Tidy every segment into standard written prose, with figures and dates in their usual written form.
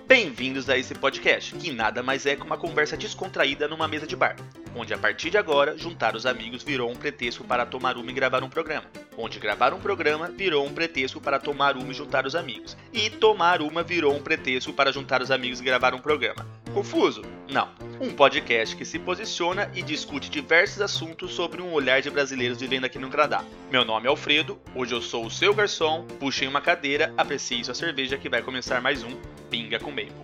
Bem-vindos a esse podcast, que nada mais é que uma conversa descontraída numa mesa de bar, onde a partir de agora, juntar os amigos virou um pretexto para tomar uma e gravar um programa, onde gravar um programa virou um pretexto para tomar uma e juntar os amigos, e tomar uma virou um pretexto para juntar os amigos e gravar um programa. Confuso? Não. Um podcast que se posiciona e discute diversos assuntos sobre um olhar de brasileiros vivendo aqui no Canadá. Meu nome é Alfredo, hoje eu sou o seu garçom, puxem uma cadeira, apreciem sua cerveja que vai começar mais um Pinga com Maple.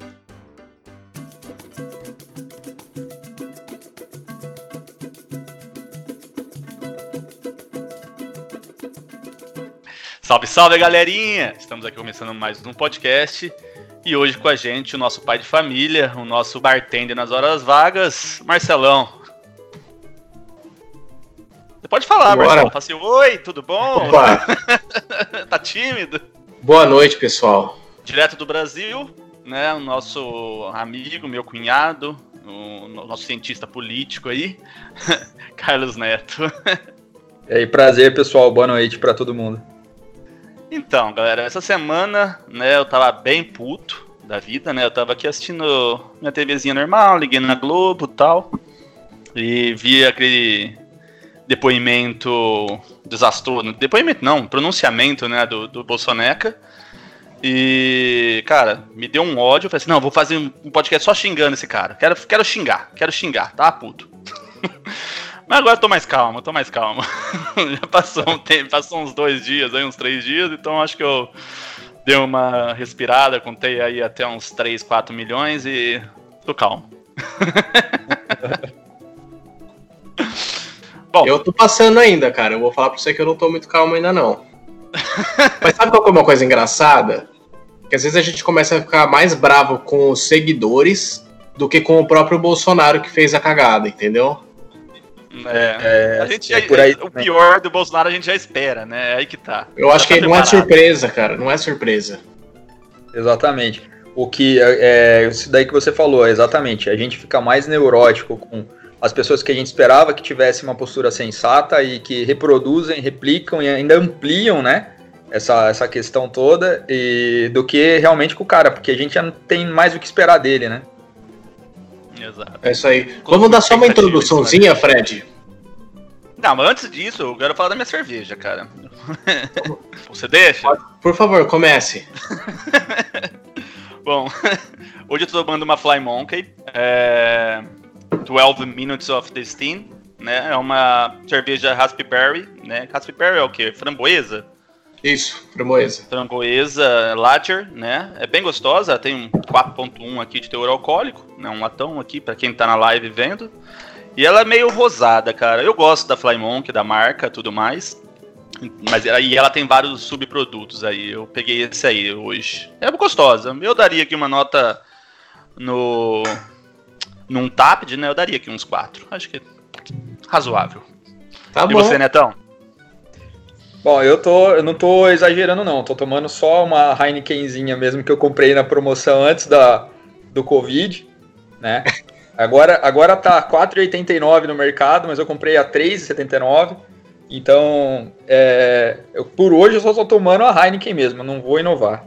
Salve, salve, galerinha! Estamos aqui começando mais um podcast e hoje com a gente o nosso pai de família, o nosso bartender nas horas vagas, Marcelão. Você pode falar, Bora. Marcelão. Fala assim, oi, tudo bom? Opa. Tá tímido? Boa noite, pessoal. Direto do Brasil, né? O nosso amigo, meu cunhado, o nosso cientista político aí, Carlos Neto. E aí, prazer, pessoal. Boa noite pra todo mundo. Então, galera, essa semana, né, eu tava bem puto da vida, né? Eu tava aqui assistindo minha TVzinha normal, liguei na Globo e tal, e vi aquele depoimento desastroso, depoimento não, pronunciamento, né, do Bolsoneca. E, cara, me deu um ódio. Eu falei assim, não, vou fazer um podcast só xingando esse cara. Quero xingar, tá, puto? Mas agora eu tô mais calmo. Já passou um tempo, passou uns 2 dias, aí uns 3 dias, então acho que eu dei uma respirada, contei aí até uns 3, 4 milhões e tô calmo. Bom, Eu tô passando ainda, cara. Eu vou falar pra você que eu não tô muito calmo ainda, não. Mas sabe qual que é uma coisa engraçada? Que às vezes a gente começa a ficar mais bravo com os seguidores do que com o próprio Bolsonaro que fez a cagada, entendeu? a gente é por aí o pior do Bolsonaro a gente já espera, né? É aí que tá. Eu acho Já que tá não é preparado. surpresa, cara. Não é surpresa. Exatamente. O que isso daí que você falou, exatamente. A gente fica mais neurótico com as pessoas que a gente esperava que tivesse uma postura sensata e que reproduzem, replicam e ainda ampliam, né? Essa questão toda, e do que realmente com o cara, porque a gente já não tem mais o que esperar dele, né? Exato. É isso aí. Vamos dar só uma introduçãozinha, Fred? Não, mas antes disso, eu quero falar da minha cerveja, cara. Você deixa? Por favor, comece. Bom, hoje eu tô tomando uma Fly Monkey, 12 Minutes of Destiny, né? É uma cerveja raspberry, né? Raspberry é o quê? Framboesa? Isso, framboesa. Framboesa lager, né? É bem gostosa, tem um 4.1 aqui de teor alcoólico, né? Um latão aqui pra quem tá na live vendo. E ela é meio rosada, cara. Eu gosto da Fly Monkey, da marca, tudo mais. Mas aí ela tem vários subprodutos aí. Eu peguei esse aí hoje. É gostosa. Eu daria aqui uma nota num Tapped, né? Eu daria aqui uns 4. Acho que é razoável. Tá E bom. você, Netão? Bom, eu não tô exagerando, não. Tô tomando só uma Heinekenzinha mesmo que eu comprei na promoção antes do Covid, né? Agora tá R$4,89 no mercado, mas eu comprei a R$3,79. Então, por hoje eu só tô tomando a Heineken mesmo, não vou inovar.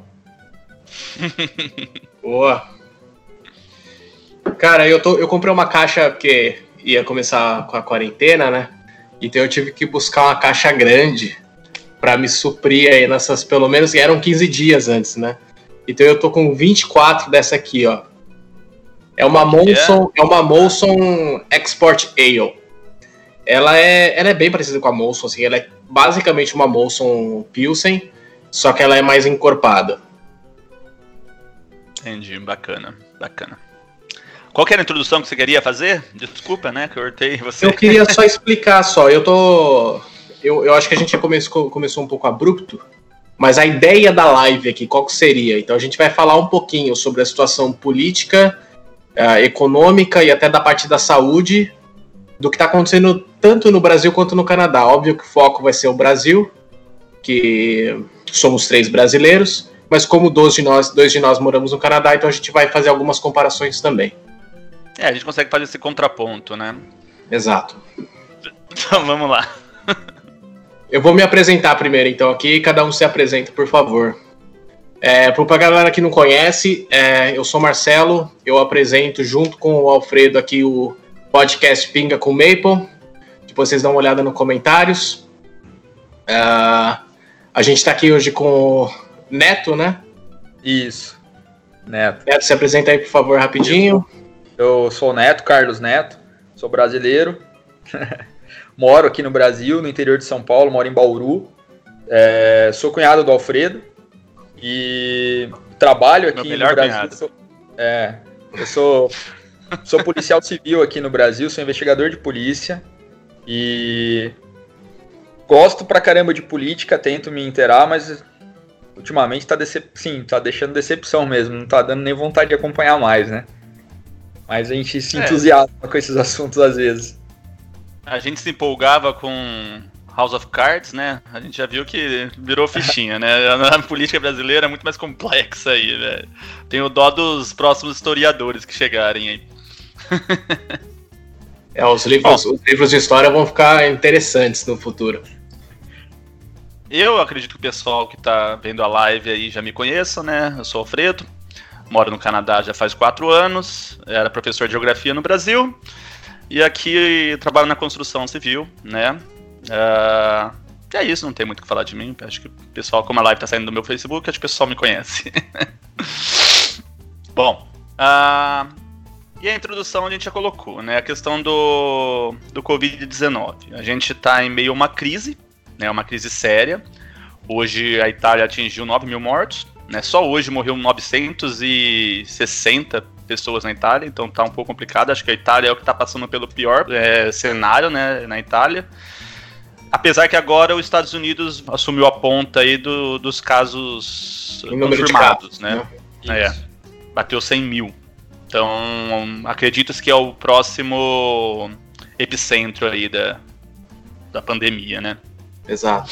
Boa. Cara, eu comprei uma caixa porque ia começar com a quarentena, né? Então eu tive que buscar uma caixa grande pra me suprir aí nessas, pelo menos, eram 15 dias antes, né? Então eu tô com 24 dessa aqui, ó. É uma Molson Export Ale. Ela é bem parecida com a Molson, assim, ela é basicamente uma Molson Pilsen, só que ela é mais encorpada. Entendi, bacana. Qual que era a introdução que você queria fazer? Desculpa, né, que eu cortei você. Eu queria só explicar só, eu acho que a gente começou um pouco abrupto, mas a ideia da live aqui, qual que seria? Então a gente vai falar um pouquinho sobre a situação política, econômica e até da parte da saúde, do que está acontecendo tanto no Brasil quanto no Canadá. Óbvio que o foco vai ser o Brasil, que somos 3 brasileiros, mas como 2 de nós moramos no Canadá, então a gente vai fazer algumas comparações também. A gente consegue fazer esse contraponto, né? Exato. Então vamos lá. Eu vou me apresentar primeiro, então, aqui. Cada um se apresenta, por favor. Pra galera que não conhece, eu sou Marcelo, eu apresento junto com o Alfredo aqui o podcast Pinga com Maple. Depois vocês dão uma olhada nos comentários. A gente está aqui hoje com o Neto, né? Isso, Neto. Neto, se apresenta aí, por favor, rapidinho. Eu sou o Neto, Carlos Neto, sou brasileiro, moro aqui no Brasil, no interior de São Paulo, moro em Bauru, sou cunhado do Alfredo e trabalho aqui no Brasil. Eu sou policial civil aqui no Brasil, sou investigador de polícia e gosto pra caramba de política, tento me inteirar, mas ultimamente tá deixando decepção mesmo, não tá dando nem vontade de acompanhar mais, né? Mas a gente se entusiasma com esses assuntos às vezes. A gente se empolgava com House of Cards, né? A gente já viu que virou fichinha, né? A política brasileira é muito mais complexa aí, velho. Tenho dó dos próximos historiadores que chegarem aí. Os livros de história vão ficar interessantes no futuro. Eu acredito que o pessoal que tá vendo a live aí já me conheça, né? Eu sou o Alfredo, moro no Canadá já faz 4 anos, era professor de geografia no Brasil e aqui trabalho na construção civil, né? É isso, não tem muito o que falar de mim. Acho que o pessoal, como a live tá saindo do meu Facebook, acho que o pessoal me conhece. Bom, e a introdução a gente já colocou, né? A questão do Covid-19. A gente tá em meio a uma crise, né? Uma crise séria. Hoje a Itália atingiu 9 mil mortos, né? Só hoje morreu 960 pessoas na Itália, então tá um pouco complicado. Acho que a Itália é o que tá passando pelo pior cenário, né, na Itália. Apesar que agora os Estados Unidos assumiu a ponta aí dos casos confirmados, né? Bateu 100 mil. Então, acredito que é o próximo epicentro aí da pandemia, né? Exato.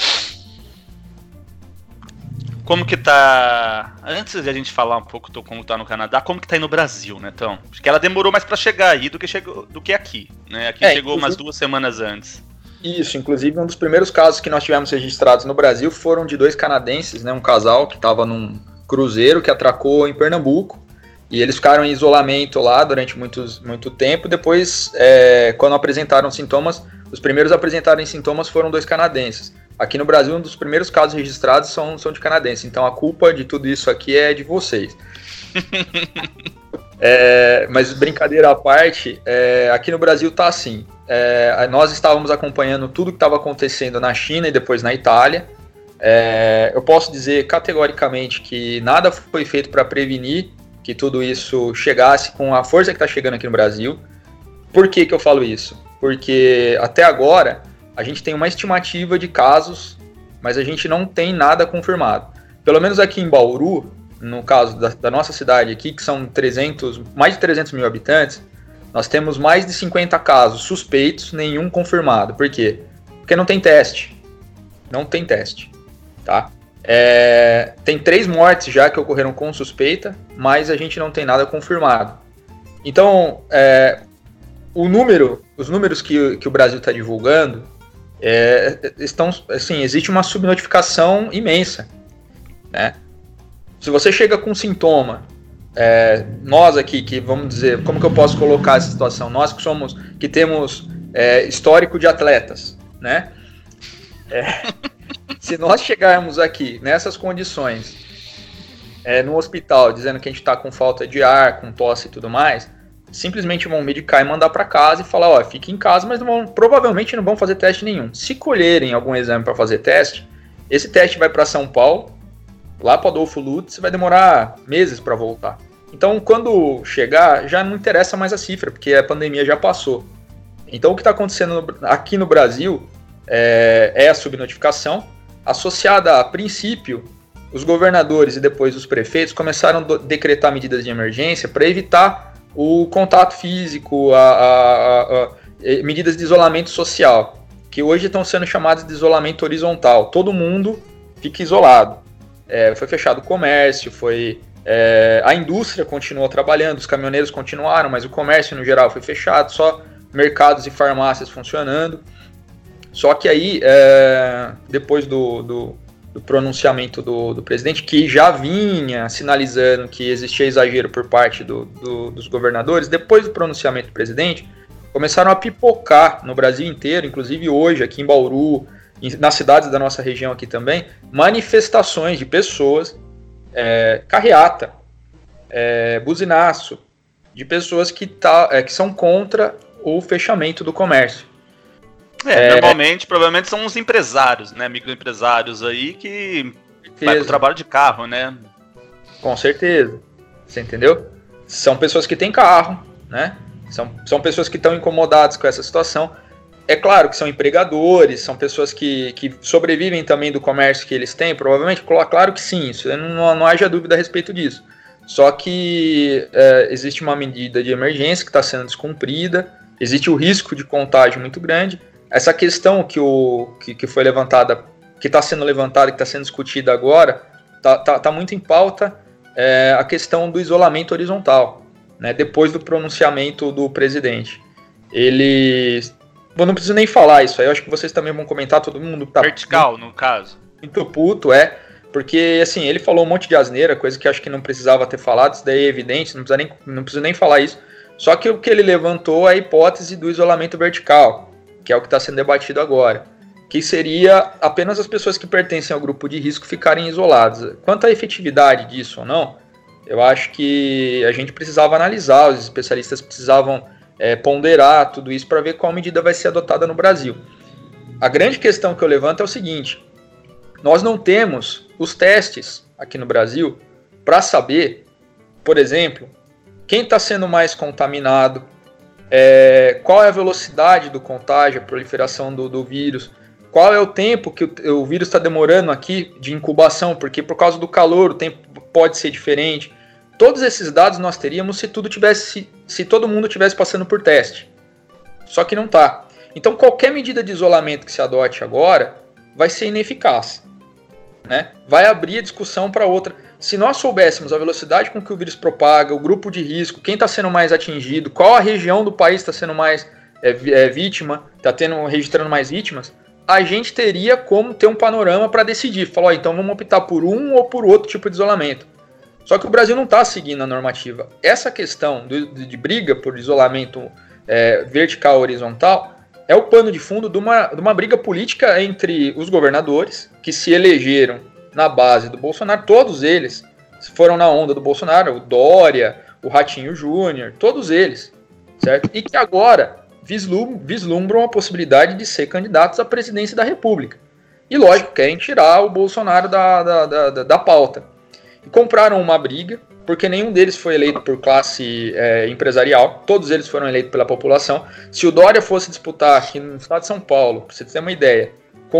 Como que tá... Antes de a gente falar um pouco de como tá no Canadá, como que tá aí no Brasil, né, então? Acho que ela demorou mais pra chegar aí do que aqui, né? Aqui chegou umas 2 semanas antes. Isso, inclusive um dos primeiros casos que nós tivemos registrados no Brasil foram de 2 canadenses, né? Um casal que estava num cruzeiro que atracou em Pernambuco e eles ficaram em isolamento lá durante muito tempo. Depois, quando apresentaram sintomas, os primeiros a apresentarem sintomas foram 2 canadenses. Aqui no Brasil, um dos primeiros casos registrados são de canadenses. Então a culpa de tudo isso aqui é de vocês. Mas brincadeira à parte, aqui no Brasil tá assim. Nós estávamos acompanhando tudo que estava acontecendo na China e depois na Itália. Eu posso dizer categoricamente que nada foi feito para prevenir que tudo isso chegasse com a força que está chegando aqui no Brasil. Por que eu falo isso? Porque até agora a gente tem uma estimativa de casos, mas a gente não tem nada confirmado. Pelo menos aqui em Bauru, no caso da nossa cidade aqui, que são mais de 300 mil habitantes, nós temos mais de 50 casos suspeitos, nenhum confirmado. Por quê? Porque não tem teste. Não tem teste, tá? Tem 3 mortes já que ocorreram com suspeita, mas a gente não tem nada confirmado. Então, os números que o Brasil está divulgando, estão, assim, existe uma subnotificação imensa, né? Se você chega com sintoma, nós aqui, que vamos dizer, como que eu posso colocar essa situação? Nós que temos histórico de atletas, né? Se nós chegarmos aqui nessas condições, no hospital, dizendo que a gente está com falta de ar, com tosse e tudo mais, simplesmente vão medicar e mandar para casa e falar, fique em casa, mas provavelmente não vão fazer teste nenhum. Se colherem algum exame para fazer teste, esse teste vai para São Paulo, lá para Adolfo Lutz, vai demorar meses para voltar. Então, quando chegar, já não interessa mais a cifra, porque a pandemia já passou. Então, o que está acontecendo aqui no Brasil é a subnotificação, associada a princípio, os governadores e depois os prefeitos começaram a decretar medidas de emergência para evitar o contato físico, medidas de isolamento social, que hoje estão sendo chamadas de isolamento horizontal. Todo mundo fica isolado. Foi fechado o comércio, a indústria continuou trabalhando, os caminhoneiros continuaram, mas o comércio no geral foi fechado, só mercados e farmácias funcionando. Só que aí, depois pronunciamento do presidente, que já vinha sinalizando que existia exagero por parte dos governadores, depois do pronunciamento do presidente, começaram a pipocar no Brasil inteiro, inclusive hoje, aqui em Bauru, nas cidades da nossa região aqui também, manifestações de pessoas, carreata, buzinaço, de pessoas que são contra o fechamento do comércio. Normalmente, provavelmente são os empresários, né, microempresários aí que vai pro trabalho de carro, né? Com certeza, você entendeu? São pessoas que têm carro, né? São pessoas que estão incomodadas com essa situação. É claro que são empregadores, são pessoas que sobrevivem também do comércio que eles têm, provavelmente, claro que sim, isso não haja dúvida a respeito disso. Só que existe uma medida de emergência que está sendo descumprida, existe o risco de contágio muito grande. Essa questão que foi levantada, que está sendo levantada, que está sendo discutida agora, tá muito em pauta a questão do isolamento horizontal, né, depois do pronunciamento do presidente. Bom, não preciso nem falar isso aí, eu acho que vocês também vão comentar, todo mundo tá... Vertical, no caso. Muito puto, porque, assim, ele falou um monte de asneira, coisa que eu acho que não precisava ter falado, isso daí é evidente, não preciso nem falar isso. Só que o que ele levantou é a hipótese do isolamento vertical, que é o que está sendo debatido agora, que seria apenas as pessoas que pertencem ao grupo de risco ficarem isoladas. Quanto à efetividade disso ou não, eu acho que a gente precisava analisar, os especialistas precisavam ponderar tudo isso para ver qual medida vai ser adotada no Brasil. A grande questão que eu levanto é o seguinte: nós não temos os testes aqui no Brasil para saber, por exemplo, quem está sendo mais contaminado, qual é a velocidade do contágio, a proliferação do vírus, qual é o tempo que o vírus está demorando aqui de incubação, porque por causa do calor o tempo pode ser diferente. Todos esses dados nós teríamos se todo mundo tivesse passando por teste. Só que não está. Então qualquer medida de isolamento que se adote agora vai ser ineficaz, né? Vai abrir a discussão para outra. Se nós soubéssemos a velocidade com que o vírus propaga, o grupo de risco, quem está sendo mais atingido, qual a região do país está sendo mais vítima, está registrando mais vítimas, a gente teria como ter um panorama para decidir. Falar, então vamos optar por um ou por outro tipo de isolamento. Só que o Brasil não está seguindo a normativa. Essa questão de briga por isolamento vertical horizontal é o pano de fundo de uma briga política entre os governadores, que se elegeram na base do Bolsonaro, todos eles foram na onda do Bolsonaro, o Dória, o Ratinho Júnior, todos eles, certo? E que agora vislumbram a possibilidade de ser candidatos à presidência da República. E, lógico, querem tirar o Bolsonaro da pauta. E compraram uma briga, porque nenhum deles foi eleito por classe empresarial, todos eles foram eleitos pela população. Se o Dória fosse disputar aqui no estado de São Paulo, pra você ter uma ideia,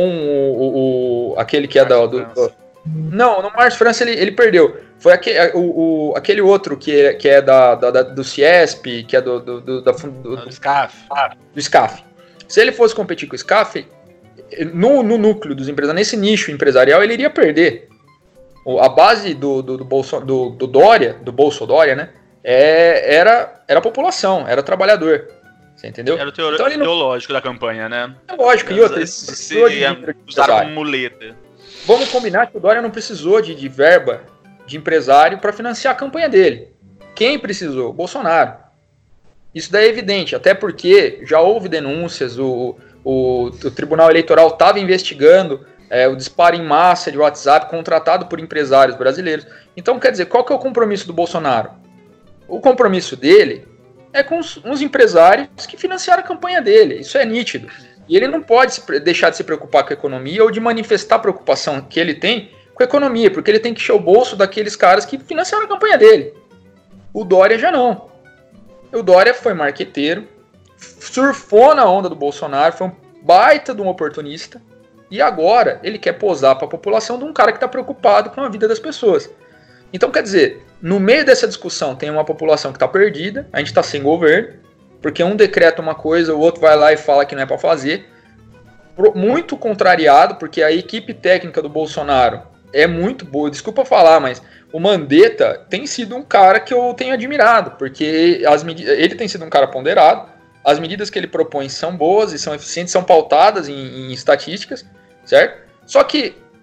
com aquele que é Não, no Márcio França ele perdeu. Foi aquele outro que é do Ciesp, que é do SCAF. Do SCAF. Se ele fosse competir com o SCAF, no núcleo dos empresários, nesse nicho empresarial, ele iria perder. A base do Dória, do Bolso Dória, né? Era a população, era o trabalhador. Você entendeu? Era o teológico da campanha, né? É lógico, e outra. Se usar como muleta. Vamos combinar que o Dória não precisou de verba de empresário para financiar a campanha dele. Quem precisou? O Bolsonaro. Isso daí é evidente, até porque já houve denúncias, o Tribunal Eleitoral estava investigando o disparo em massa de WhatsApp contratado por empresários brasileiros. Então, quer dizer, qual que é o compromisso do Bolsonaro? O compromisso dele é com os empresários que financiaram a campanha dele. Isso é nítido. E ele não pode deixar de se preocupar com a economia ou de manifestar a preocupação que ele tem com a economia, porque ele tem que encher o bolso daqueles caras que financiaram a campanha dele. O Dória já não. O Dória foi marqueteiro, surfou na onda do Bolsonaro, foi um baita de um oportunista, e agora ele quer posar para a população de um cara que está preocupado com a vida das pessoas. Então, quer dizer, no meio dessa discussão tem uma população que está perdida, a gente está sem governo, porque um decreta uma coisa, o outro vai lá e fala que não é para fazer. Muito contrariado, porque a equipe técnica do Bolsonaro é muito boa, desculpa falar, mas o Mandetta tem sido um cara que eu tenho admirado, porque ele tem sido um cara ponderado, as medidas que ele propõe são boas e são eficientes, são pautadas em estatísticas, certo? Só que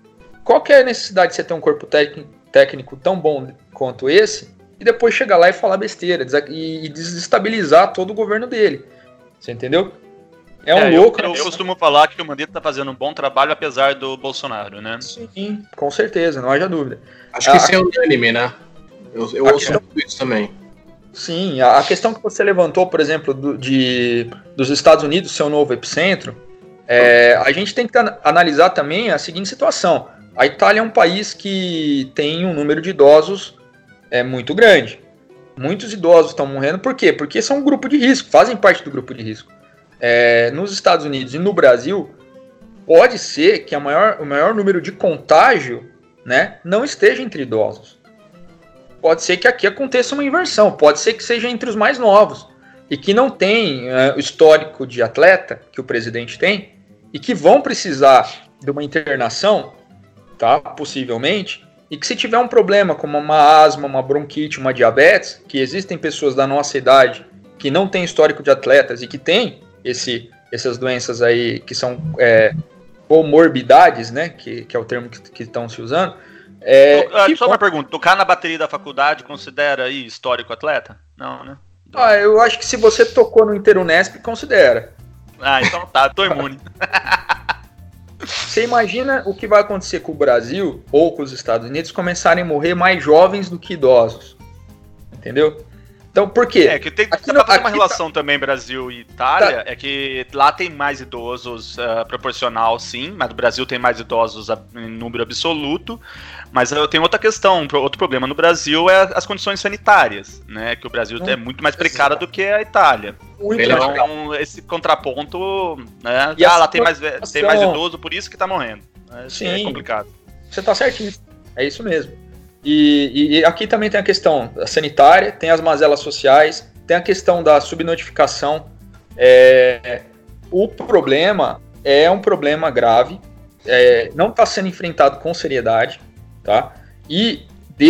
qual que é a necessidade de você ter um corpo técnico tão bom quanto esse e depois chegar lá e falar besteira e desestabilizar todo o governo dele? Você entendeu? É um louco. Eu costumo falar que o Mandetta tá fazendo um bom trabalho apesar do Bolsonaro, né? Sim, com certeza, não haja dúvida. Acho que isso é unânime, né? Eu ouço muito isso também. Sim, a questão que você levantou, por exemplo, dos Estados Unidos ser um novo epicentro, a gente tem que analisar também a seguinte situação. A Itália é um país que tem um número de idosos muito grande. Muitos idosos estão morrendo, por quê? Porque são um grupo de risco, fazem parte do grupo de risco. Nos Estados Unidos e no Brasil, pode ser que o maior número de contágio, né, não esteja entre idosos. Pode ser que aqui aconteça uma inversão, pode ser que seja entre os mais novos e que não tem o histórico de atleta que o presidente tem e que vão precisar de uma internação, tá, possivelmente, e que se tiver um problema como uma asma, uma bronquite, uma diabetes, que existem pessoas da nossa idade que não têm histórico de atletas e que têm essas doenças aí que são comorbidades, né, que é o termo que estão se usando. Só uma pergunta, tocar na bateria da faculdade considera aí histórico atleta? Não, né? Eu acho que se você tocou no Interunesp, considera. Então tá, tô imune. Você imagina o que vai acontecer com o Brasil ou com os Estados Unidos começarem a morrer mais jovens do que idosos. Entendeu? Então, por quê? Que tem pra fazer uma relação também Brasil e Itália, é que lá tem mais idosos proporcional, sim, mas o Brasil tem mais idosos em número absoluto, mas eu tenho outra questão, outro problema no Brasil é as condições sanitárias, né, que o Brasil é muito mais precário do que a Itália. Então, esse contraponto, né, lá tem mais idoso, por isso que tá morrendo. Sim, é complicado. Você tá certíssimo, é isso mesmo. E aqui também tem a questão sanitária, tem as mazelas sociais, tem a questão da subnotificação. O problema é um problema grave, não está sendo enfrentado com seriedade, tá? E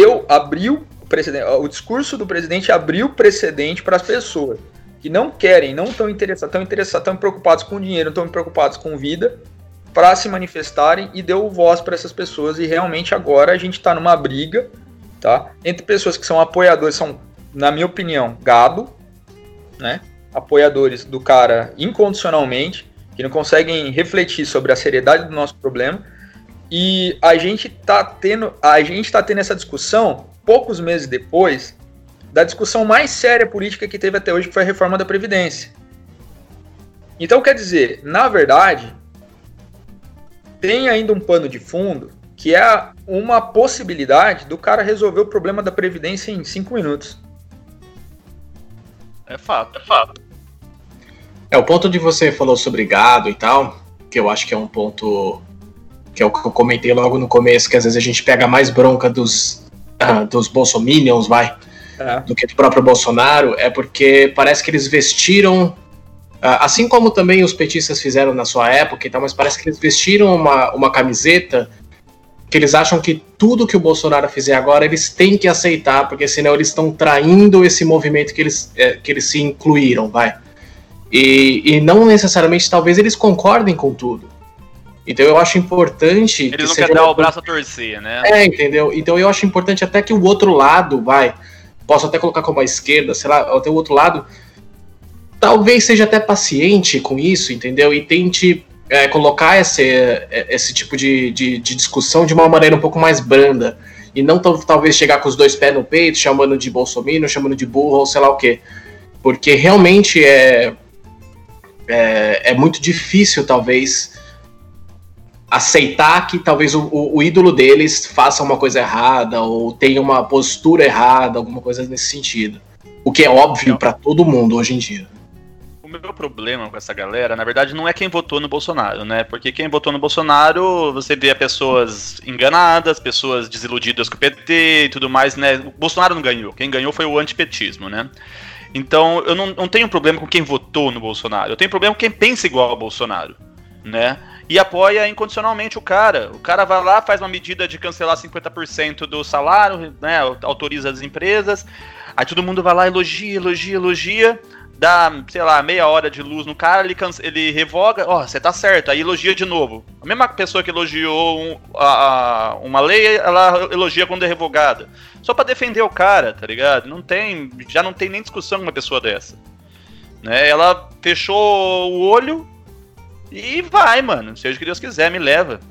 o discurso do presidente abriu precedente para as pessoas que não querem, não estão interessados, estão preocupados com dinheiro, não estão preocupados com vida, para se manifestarem e deu voz para essas pessoas. E realmente agora a gente está numa briga, tá, entre pessoas que são apoiadores, são, na minha opinião, gado, né, apoiadores do cara incondicionalmente, que não conseguem refletir sobre a seriedade do nosso problema, e a gente tá tendo essa discussão poucos meses depois da discussão mais séria política que teve até hoje, que foi a reforma da Previdência. Então, quer dizer, na verdade, tem ainda um pano de fundo que é uma possibilidade do cara resolver o problema da Previdência em 5 minutos. É fato. O ponto de você falou sobre gado e tal, que eu acho que é um ponto que é o que eu comentei logo no começo, que às vezes a gente pega mais bronca dos bolsominions, do que do próprio Bolsonaro, é porque parece que eles vestiram, assim como também os petistas fizeram na sua época e tal, mas parece que eles vestiram uma camiseta que eles acham que tudo que o Bolsonaro fizer agora eles têm que aceitar, porque senão eles estão traindo esse movimento que eles se incluíram, E não necessariamente, talvez eles concordem com tudo. Então eu acho importante... Eles não querem dar o braço a torcer, né? Entendeu? Então eu acho importante até que o outro lado, posso até colocar como a esquerda, sei lá, até o outro lado, talvez seja até paciente com isso, entendeu? E tente colocar esse tipo de discussão de uma maneira um pouco mais branda. E não talvez chegar com os dois pés no peito, chamando de bolsominion, chamando de burro ou sei lá o quê. Porque realmente é muito difícil, talvez, aceitar que talvez o ídolo deles faça uma coisa errada ou tenha uma postura errada, alguma coisa nesse sentido. O que é óbvio para todo mundo hoje em dia. O meu problema com essa galera, na verdade, não é quem votou no Bolsonaro, né? Porque quem votou no Bolsonaro, você vê pessoas enganadas, pessoas desiludidas com o PT e tudo mais, né? O Bolsonaro não ganhou. Quem ganhou foi o antipetismo, né? Então, eu não tenho problema com quem votou no Bolsonaro. Eu tenho problema com quem pensa igual ao Bolsonaro, né? E apoia incondicionalmente o cara. O cara vai lá, faz uma medida de cancelar 50% do salário, né? Autoriza as empresas. Aí todo mundo vai lá, elogia. dá, sei lá, meia hora de luz no cara, ele revoga, você tá certo, aí elogia de novo. A mesma pessoa que elogiou uma lei, ela elogia quando é revogada. Só pra defender o cara, tá ligado? Já não tem nem discussão com uma pessoa dessa. Né? Ela fechou o olho e vai, mano. Seja o que Deus quiser, me leva.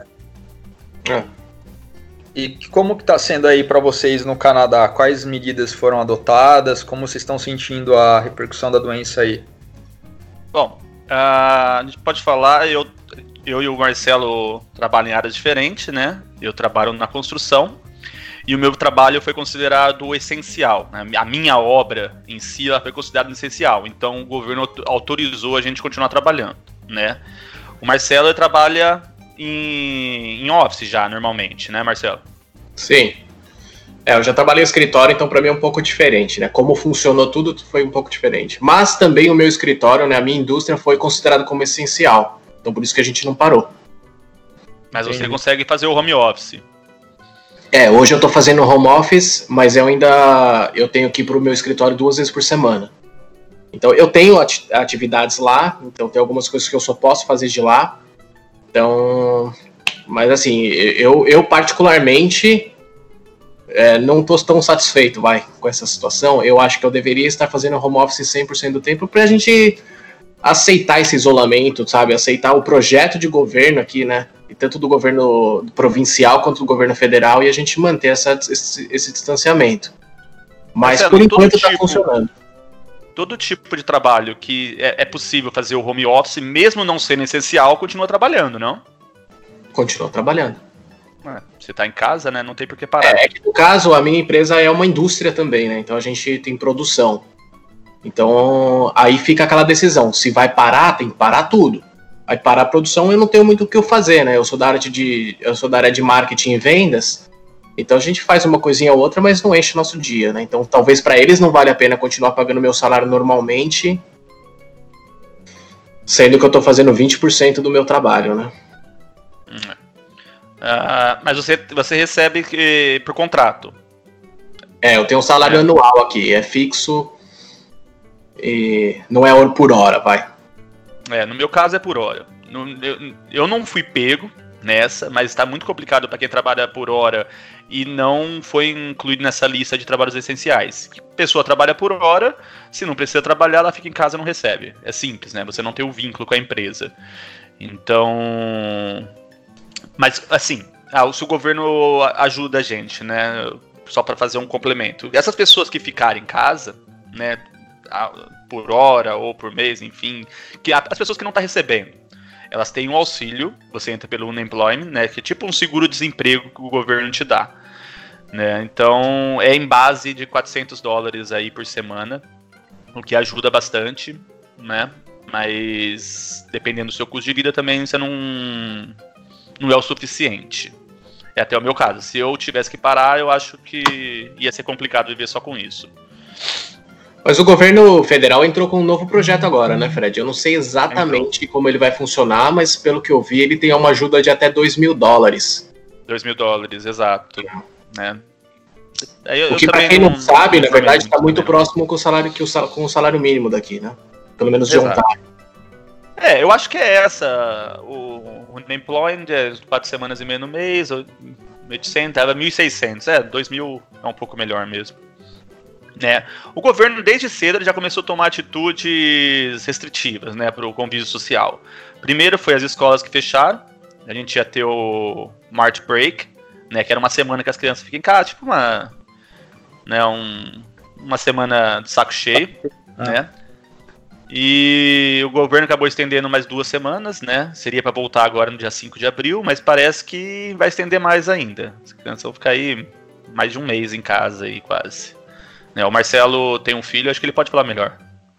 E como que tá sendo aí pra vocês no Canadá? Quais medidas foram adotadas? Como vocês estão sentindo a repercussão da doença aí? Bom, a gente pode falar, eu e o Marcelo trabalham em áreas diferentes, né? Eu trabalho na construção e o meu trabalho foi considerado essencial, né? A minha obra em si ela foi considerada essencial, então o governo autorizou a gente continuar trabalhando, né? O Marcelo trabalha em office já, normalmente, né, Marcelo? Sim. Eu já trabalhei em escritório, então para mim é um pouco diferente, né? Como funcionou tudo foi um pouco diferente. Mas também o meu escritório, né, a minha indústria foi considerado como essencial. Então por isso que a gente não parou. Mas você consegue fazer o home office? Hoje eu tô fazendo home office, mas eu tenho que ir pro meu escritório 2 vezes por semana. Então eu tenho atividades lá, então tem algumas coisas que eu só posso fazer de lá. Então, mas assim, eu particularmente não tô tão satisfeito, com essa situação. Eu acho que eu deveria estar fazendo home office 100% do tempo pra gente aceitar esse isolamento, sabe? Aceitar o projeto de governo aqui, né? E tanto do governo provincial quanto do governo federal, e a gente manter esse distanciamento. Mas por enquanto tá funcionando. Todo tipo de trabalho que é possível fazer o home office, mesmo não sendo essencial, continua trabalhando, não? Continua trabalhando. Você tá em casa, né? Não tem por que parar. Que no caso, a minha empresa é uma indústria também, né? Então a gente tem produção. Então aí fica aquela decisão. Se vai parar, tem que parar tudo. Vai parar a produção, eu não tenho muito o que eu fazer, né? Eu sou da área de marketing e vendas. Então a gente faz uma coisinha ou outra, mas não enche o nosso dia, né? Então talvez para eles não vale a pena continuar pagando meu salário normalmente, sendo que eu tô fazendo 20% do meu trabalho, né? Mas você recebe por contrato? Eu tenho um salário anual aqui, é fixo e não é hora por hora, vai. No meu caso é por hora. Eu não fui pego nessa, mas está muito complicado para quem trabalha por hora e não foi incluído nessa lista de trabalhos essenciais. A pessoa trabalha por hora, se não precisa trabalhar, ela fica em casa e não recebe. É simples, né? Você não tem o vínculo com a empresa. Então... Mas, assim, se o governo ajuda a gente, né? Só para fazer um complemento. Essas pessoas que ficarem em casa, né? Por hora ou por mês, enfim, as pessoas que não estão recebendo, elas têm um auxílio, você entra pelo unemployment, né, que é tipo um seguro-desemprego que o governo te dá, né, então é em base de $400 aí por semana, o que ajuda bastante, né, mas dependendo do seu custo de vida também você não é o suficiente. É até o meu caso, se eu tivesse que parar, eu acho que ia ser complicado viver só com isso. Mas o governo federal entrou com um novo projeto agora, né, Fred? Eu não sei exatamente como ele vai funcionar, mas pelo que eu vi, ele tem uma ajuda de até $2.000. $2.000, exato. Né? O que, pra quem não sabe, na verdade, está muito próximo com o salário mínimo daqui, né? Pelo menos de Ontário. Eu acho que é essa. O unemployment é 4 semanas e meio no mês, 1.800, era 1.600. 2.000 é um pouco melhor mesmo. O governo, desde cedo, ele já começou a tomar atitudes restritivas, né, para o convívio social. Primeiro foi as escolas que fecharam, a gente ia ter o March Break, né, que era uma semana que as crianças ficam em casa, tipo uma semana de saco cheio, né, e o governo acabou estendendo mais 2 semanas, né, seria para voltar agora no dia 5 de abril, mas parece que vai estender mais ainda, as crianças vão ficar aí mais de um mês em casa aí quase. O Marcelo tem um filho, acho que ele pode falar melhor.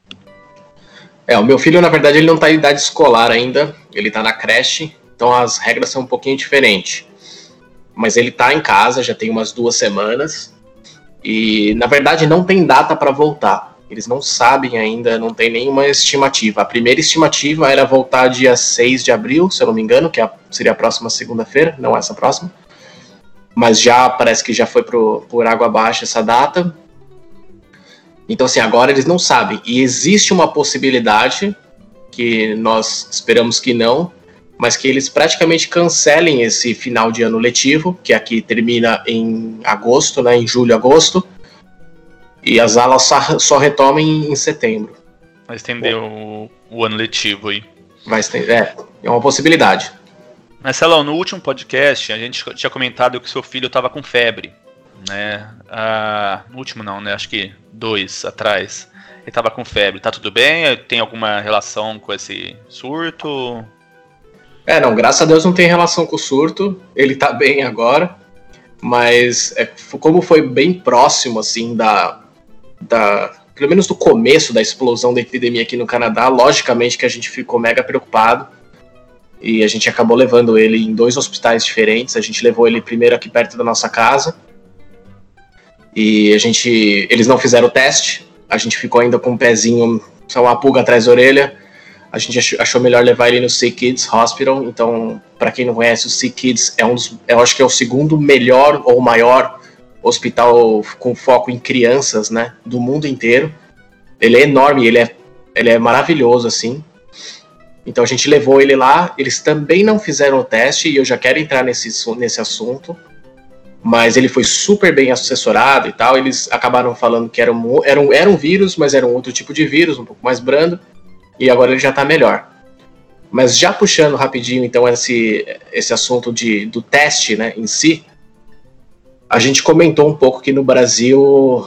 O meu filho, na verdade, ele não está em idade escolar ainda, ele está na creche, então as regras são um pouquinho diferentes. Mas ele está em casa, já tem umas 2 semanas, e na verdade não tem data para voltar. Eles não sabem ainda, não tem nenhuma estimativa. A primeira estimativa era voltar dia 6 de abril, se eu não me engano, que seria a próxima segunda-feira, não essa próxima. Mas parece que já foi por água abaixo essa data. Então, assim, agora eles não sabem. E existe uma possibilidade, que nós esperamos que não, mas que eles praticamente cancelem esse final de ano letivo, que aqui termina em agosto, né, em julho, agosto, e as aulas só retomem em setembro. Vai estender o ano letivo aí. Vai estender, é uma possibilidade. Marcelão, no último podcast a gente tinha comentado que seu filho estava com febre, né? No último não, né? Acho que 2 atrás. Ele estava com febre. Tá tudo bem? Tem alguma relação com esse surto? Não, graças a Deus não tem relação com o surto. Ele tá bem agora. Mas como foi bem próximo, assim, pelo menos do começo da explosão da epidemia aqui no Canadá, logicamente que a gente ficou mega preocupado. E a gente acabou levando ele em 2 hospitais diferentes. A gente levou ele primeiro aqui perto da nossa casa. E eles não fizeram o teste. A gente ficou ainda com um pezinho, só uma pulga atrás da orelha. A gente achou melhor levar ele no Sick Kids Hospital. Então, para quem não conhece, o Sick Kids eu acho que é o segundo melhor ou maior hospital com foco em crianças, né, do mundo inteiro. Ele é enorme, ele é maravilhoso, assim. Então a gente levou ele lá, eles também não fizeram o teste, e eu já quero entrar nesse assunto, mas ele foi super bem assessorado e tal. Eles acabaram falando que era um vírus, mas era um outro tipo de vírus, um pouco mais brando, e agora ele já tá melhor. Mas já puxando rapidinho, então, esse assunto do teste, né, em si, a gente comentou um pouco que no Brasil,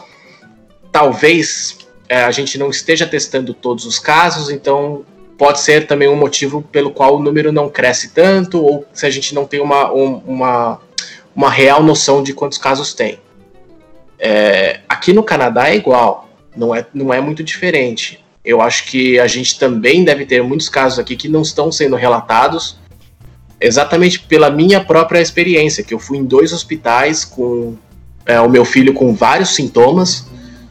talvez a gente não esteja testando todos os casos, então pode ser também um motivo pelo qual o número não cresce tanto, ou se a gente não tem uma real noção de quantos casos tem. Aqui no Canadá é igual, não é muito diferente. Eu acho que a gente também deve ter muitos casos aqui que não estão sendo relatados, exatamente pela minha própria experiência, que eu fui em 2 hospitais com o meu filho com vários sintomas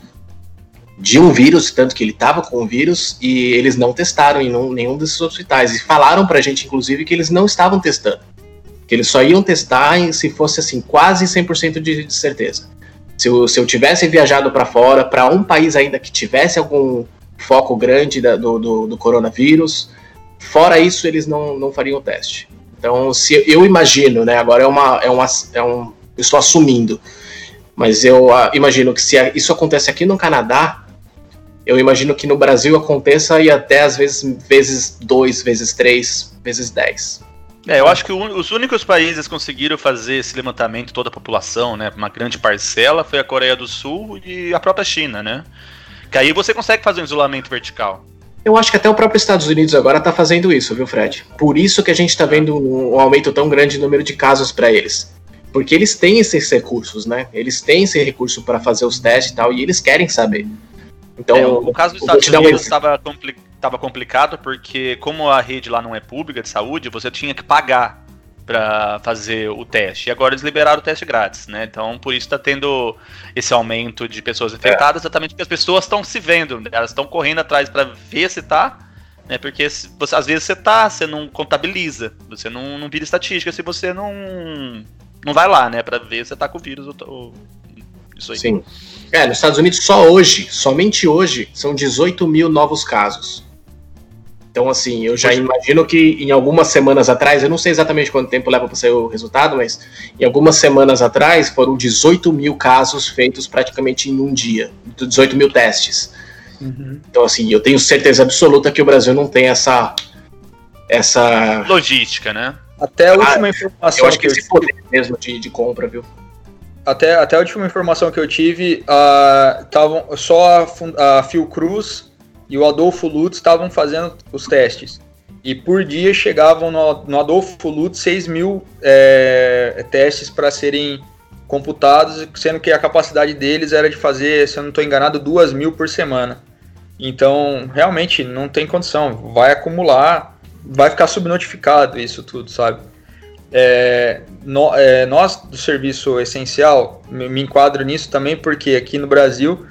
de um vírus, tanto que ele estava com o vírus, e eles não testaram em nenhum desses hospitais. E falaram pra gente, inclusive, que eles não estavam testando. Que eles só iam testar se fosse, assim, quase 100% de certeza. Se eu tivesse viajado para fora, para um país ainda que tivesse algum foco grande do coronavírus, fora isso, eles não fariam o teste. Então, se eu imagino, né, agora eu estou assumindo, mas eu imagino que se isso acontece aqui no Canadá, eu imagino que no Brasil aconteça e até às vezes 2, vezes 3, vezes 10. Eu acho que os únicos países que conseguiram fazer esse levantamento toda a população, né, uma grande parcela, foi a Coreia do Sul e a própria China, né? Que aí você consegue fazer um isolamento vertical. Eu acho que até o próprio Estados Unidos agora está fazendo isso, viu, Fred? Por isso que a gente está vendo um aumento tão grande no número de casos para eles. Porque eles têm esses recursos, né? Eles têm esse recurso para fazer os testes e tal, e eles querem saber. Então, o caso dos Estados Unidos estava complicado porque, como a rede lá não é pública de saúde, você tinha que pagar para fazer o teste. E agora eles liberaram o teste grátis, né? Então, por isso está tendo esse aumento de pessoas infectadas, exatamente porque as pessoas estão se vendo, né? Elas estão correndo atrás para ver se tá, né? Porque às vezes você não contabiliza, você não vira estatística se você não vai lá, né? Para ver se tá com o vírus ou isso aí. Sim. Nos Estados Unidos, somente hoje, são 18 mil novos casos. Então, assim, eu já imagino que em algumas semanas atrás, eu não sei exatamente quanto tempo leva para sair o resultado, mas em algumas semanas atrás foram 18 mil casos feitos praticamente em um dia, 18 mil testes. Uhum. Então, assim, eu tenho certeza absoluta que o Brasil não tem essa logística, né? Até a última informação. Eu acho que esse poder mesmo de compra, viu? Até a última informação que eu tive, só a Fiocruz e o Adolfo Lutz estavam fazendo os testes. E por dia chegavam no Adolfo Lutz 6 mil testes para serem computados, sendo que a capacidade deles era de fazer, se eu não estou enganado, 2 mil por semana. Então, realmente, não tem condição. Vai acumular, vai ficar subnotificado isso tudo, sabe? Nós do serviço essencial, me enquadro nisso também porque aqui no Brasil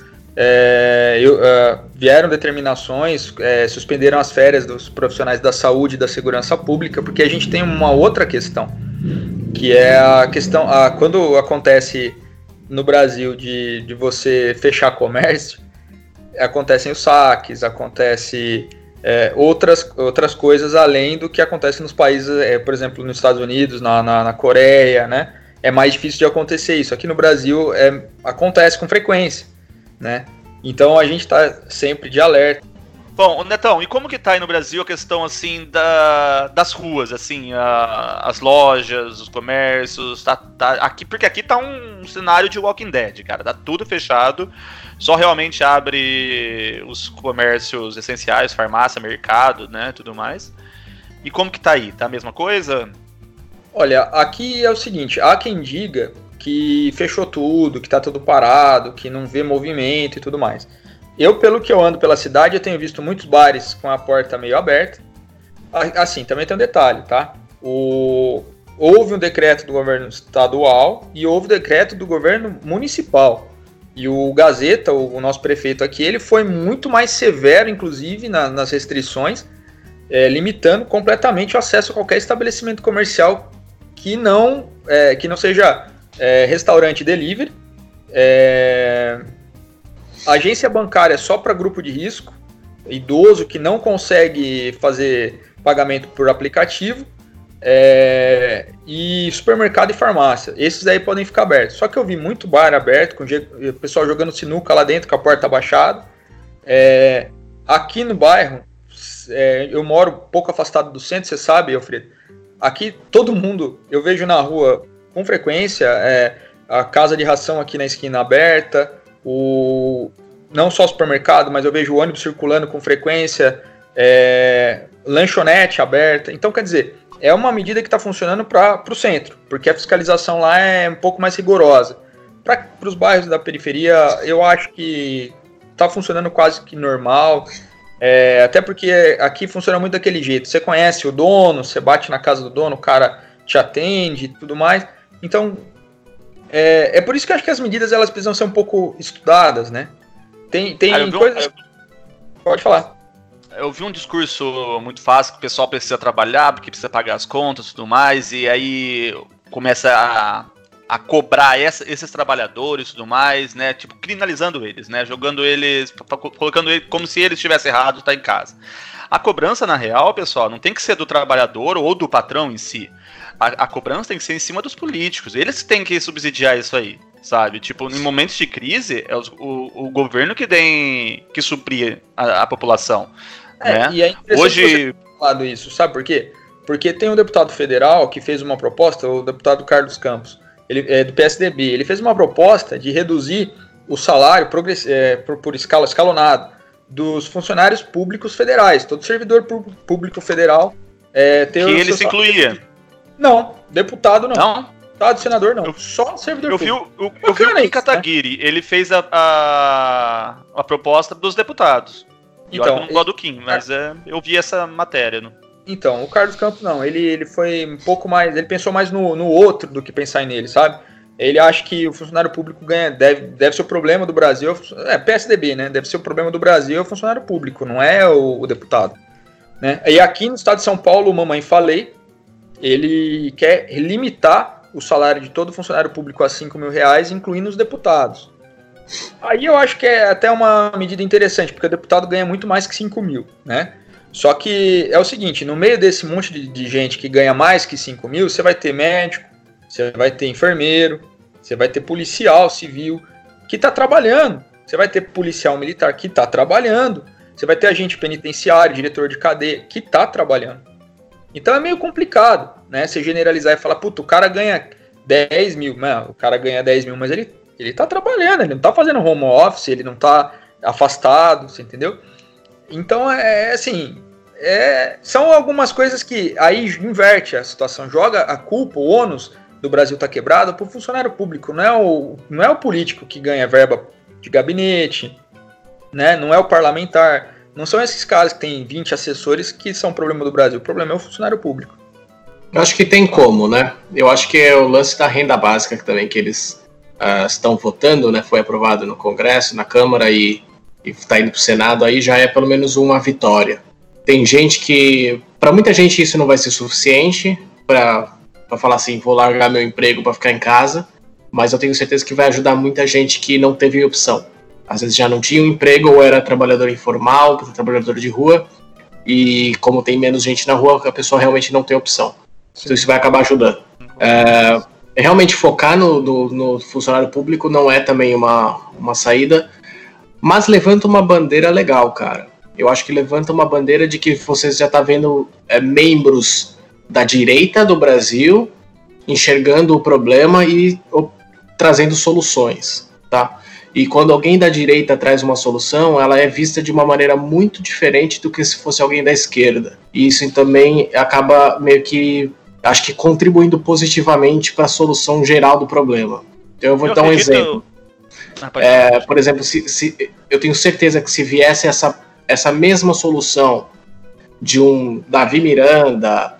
vieram determinações, suspenderam as férias dos profissionais da saúde e da segurança pública, porque a gente tem uma outra questão, que é a questão, quando acontece no Brasil de você fechar comércio, acontecem os saques, acontece outras coisas além do que acontece nos países, por exemplo, nos Estados Unidos, na Coreia, né? É mais difícil de acontecer isso. Aqui no Brasil acontece com frequência, né? Então a gente está sempre de alerta. Bom, Netão, e como que tá aí no Brasil a questão, assim, das ruas, assim, as lojas, os comércios, aqui, porque aqui tá um cenário de Walking Dead, cara, tá tudo fechado, só realmente abre os comércios essenciais, farmácia, mercado, né, tudo mais. E como que tá aí? Tá a mesma coisa? Olha, aqui é o seguinte, há quem diga que fechou tudo, que tá tudo parado, que não vê movimento e tudo mais. Eu, pelo que eu ando pela cidade, eu tenho visto muitos bares com a porta meio aberta. Assim, também tem um detalhe, tá? Houve um decreto do governo estadual e houve um decreto do governo municipal. E o Gazeta, o nosso prefeito aqui, ele foi muito mais severo, inclusive, nas restrições, limitando completamente o acesso a qualquer estabelecimento comercial que não seja restaurante delivery, agência bancária só para grupo de risco, idoso que não consegue fazer pagamento por aplicativo, e supermercado e farmácia. Esses aí podem ficar abertos. Só que eu vi muito bar aberto, com o pessoal jogando sinuca lá dentro com a porta abaixada. Aqui no bairro, eu moro um pouco afastado do centro, você sabe, Alfredo. Aqui todo mundo, eu vejo na rua com frequência, a casa de ração aqui na esquina aberta, não só supermercado, mas eu vejo o ônibus circulando com frequência, lanchonete aberta. Então, quer dizer, é uma medida que está funcionando para o centro, porque a fiscalização lá é um pouco mais rigorosa. Para os bairros da periferia, eu acho que está funcionando quase que normal, até porque aqui funciona muito daquele jeito. Você conhece o dono, você bate na casa do dono, o cara te atende e tudo mais. Então, é por isso que eu acho que as medidas elas precisam ser um pouco estudadas, né? Tem coisas... Pode falar. Eu vi um discurso muito fácil que o pessoal precisa trabalhar, porque precisa pagar as contas e tudo mais, e aí começa a cobrar esses trabalhadores e tudo mais, né? Tipo, criminalizando eles, né? Jogando eles, colocando eles como se eles estivessem errados, tá em casa. A cobrança, na real, pessoal, não tem que ser do trabalhador ou do patrão em si. A cobrança tem que ser em cima dos políticos. Eles têm que subsidiar isso aí, sabe? Tipo, em momentos de crise, é o governo que tem que suprir a população. Né? E é interessante hoje você ter falado isso, sabe por quê? Porque tem um deputado federal que fez uma proposta, o deputado Carlos Campos, ele é do PSDB, ele fez uma proposta de reduzir o salário por escalonado dos funcionários públicos federais. Todo servidor público federal que ele se incluía. Não, deputado não. Não? Deputado, senador não. Só servidor público. Eu vi o Kim Kataguiri, né? Ele fez a proposta dos deputados. Então, eu não gosto do Kim, mas eu vi essa matéria. Não? Então, o Carlos Campos não, ele foi um pouco mais, ele pensou mais no outro do que pensar nele, sabe? Ele acha que o funcionário público deve ser o problema do Brasil, PSDB, né? Deve ser o problema do Brasil é o funcionário público, não é o deputado. Né? E aqui no estado de São Paulo, mamãe falei, ele quer limitar o salário de todo funcionário público a R$5.000, incluindo os deputados. Aí eu acho que é até uma medida interessante, porque o deputado ganha muito mais que 5 mil, né? Só que é o seguinte, no meio desse monte de gente que ganha mais que 5 mil, você vai ter médico, você vai ter enfermeiro, você vai ter policial civil que está trabalhando, você vai ter policial militar que está trabalhando, você vai ter agente penitenciário, diretor de cadeia que está trabalhando. Então é meio complicado, né? Você generalizar e falar, puta, o cara ganha 10 mil, não, o cara ganha 10 mil, mas ele tá trabalhando, ele não tá fazendo home office, ele não tá afastado, você entendeu? Então, são algumas coisas que aí inverte a situação, joga a culpa, o ônus do Brasil tá quebrado pro funcionário público, não é o político que ganha verba de gabinete, né? Não é o parlamentar, não são esses caras que tem 20 assessores que são o problema do Brasil, o problema é o funcionário público. Eu acho que tem como, né? Eu acho que é o lance da renda básica também que eles estão votando, né? Foi aprovado no Congresso, na Câmara e está indo para o Senado, aí já é pelo menos uma vitória. Tem gente que, para muita gente isso não vai ser suficiente para falar assim, vou largar meu emprego para ficar em casa, mas eu tenho certeza que vai ajudar muita gente que não teve opção. às vezes já não tinha um emprego ou era trabalhador informal, trabalhador de rua, e como tem menos gente na rua, a pessoa realmente não tem opção. Então isso vai acabar ajudando. Realmente focar no funcionário público não é também uma saída, mas levanta uma bandeira legal, cara. Eu acho que levanta uma bandeira de que você já está vendo membros da direita do Brasil enxergando o problema e trazendo soluções, tá? E quando alguém da direita traz uma solução, ela é vista de uma maneira muito diferente do que se fosse alguém da esquerda. E isso também acaba meio que, acho que contribuindo positivamente para a solução geral do problema. Então eu vou dar um exemplo. Por exemplo, se eu tenho certeza que se viesse essa mesma solução de um Davi Miranda,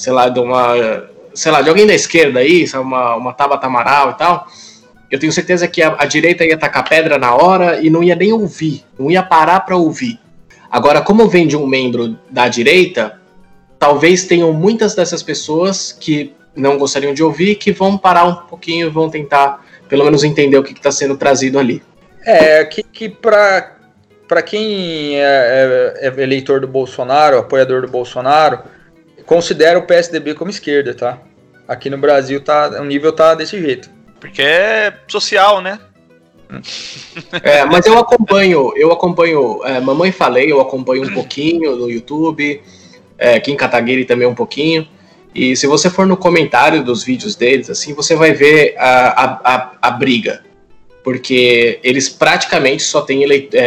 de alguém da esquerda aí, uma Tabata Amaral e tal, eu tenho certeza que a direita ia tacar pedra na hora e não ia nem ouvir, não ia parar para ouvir. Agora, como vem de um membro da direita, talvez tenham muitas dessas pessoas que não gostariam de ouvir, que vão parar um pouquinho e vão tentar, pelo menos, entender o que está sendo trazido ali. Que para quem é eleitor do Bolsonaro, apoiador do Bolsonaro, considera o PSDB como esquerda, tá? Aqui no Brasil o nível tá desse jeito. Porque é social, né? Mas eu acompanho Mamãe Falei, eu acompanho um pouquinho no YouTube, Kim Kataguiri também um pouquinho, e se você for no comentário dos vídeos deles, assim, você vai ver a briga, porque eles praticamente só têm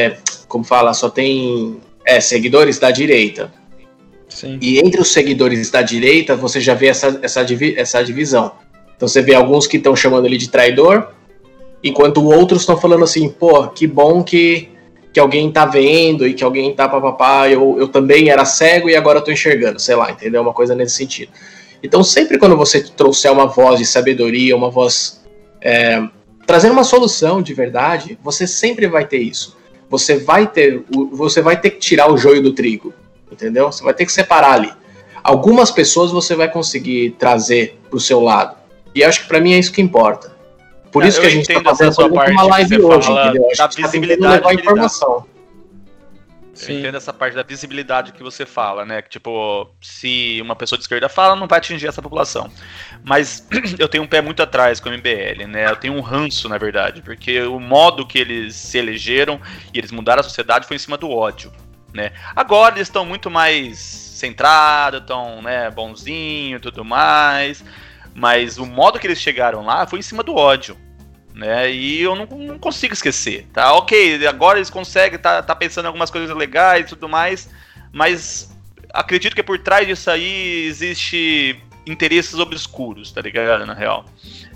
seguidores da direita. Sim. E entre os seguidores da direita, você já vê essa divisão. Então você vê alguns que estão chamando ele de traidor, enquanto outros estão falando assim, pô, que bom que alguém tá vendo e que alguém tá papapá, eu também era cego e agora eu tô enxergando, sei lá, entendeu? Uma coisa nesse sentido. Então sempre quando você trouxer uma voz de sabedoria, uma voz trazendo uma solução de verdade, você sempre vai ter isso. Você vai ter que tirar o joio do trigo, entendeu? Você vai ter que separar ali. Algumas pessoas você vai conseguir trazer pro seu lado. E acho que pra mim é isso que importa. Por isso que a gente tá fazendo uma live hoje, entendeu? Da visibilidade levar informação. Eu entendo essa parte da visibilidade que você fala, né? Que, tipo, se uma pessoa de esquerda fala, não vai atingir essa população. Mas eu tenho um pé muito atrás com o MBL, né? Eu tenho um ranço, na verdade, porque o modo que eles se elegeram e eles mudaram a sociedade foi em cima do ódio, né? Agora eles estão muito mais centrados, estão, né, bonzinho e tudo mais, mas o modo que eles chegaram lá foi em cima do ódio, né? E eu não consigo esquecer, tá? Ok, agora eles conseguem, tá pensando em algumas coisas legais e tudo mais, mas acredito que por trás disso aí existe interesses obscuros, tá ligado? Na real.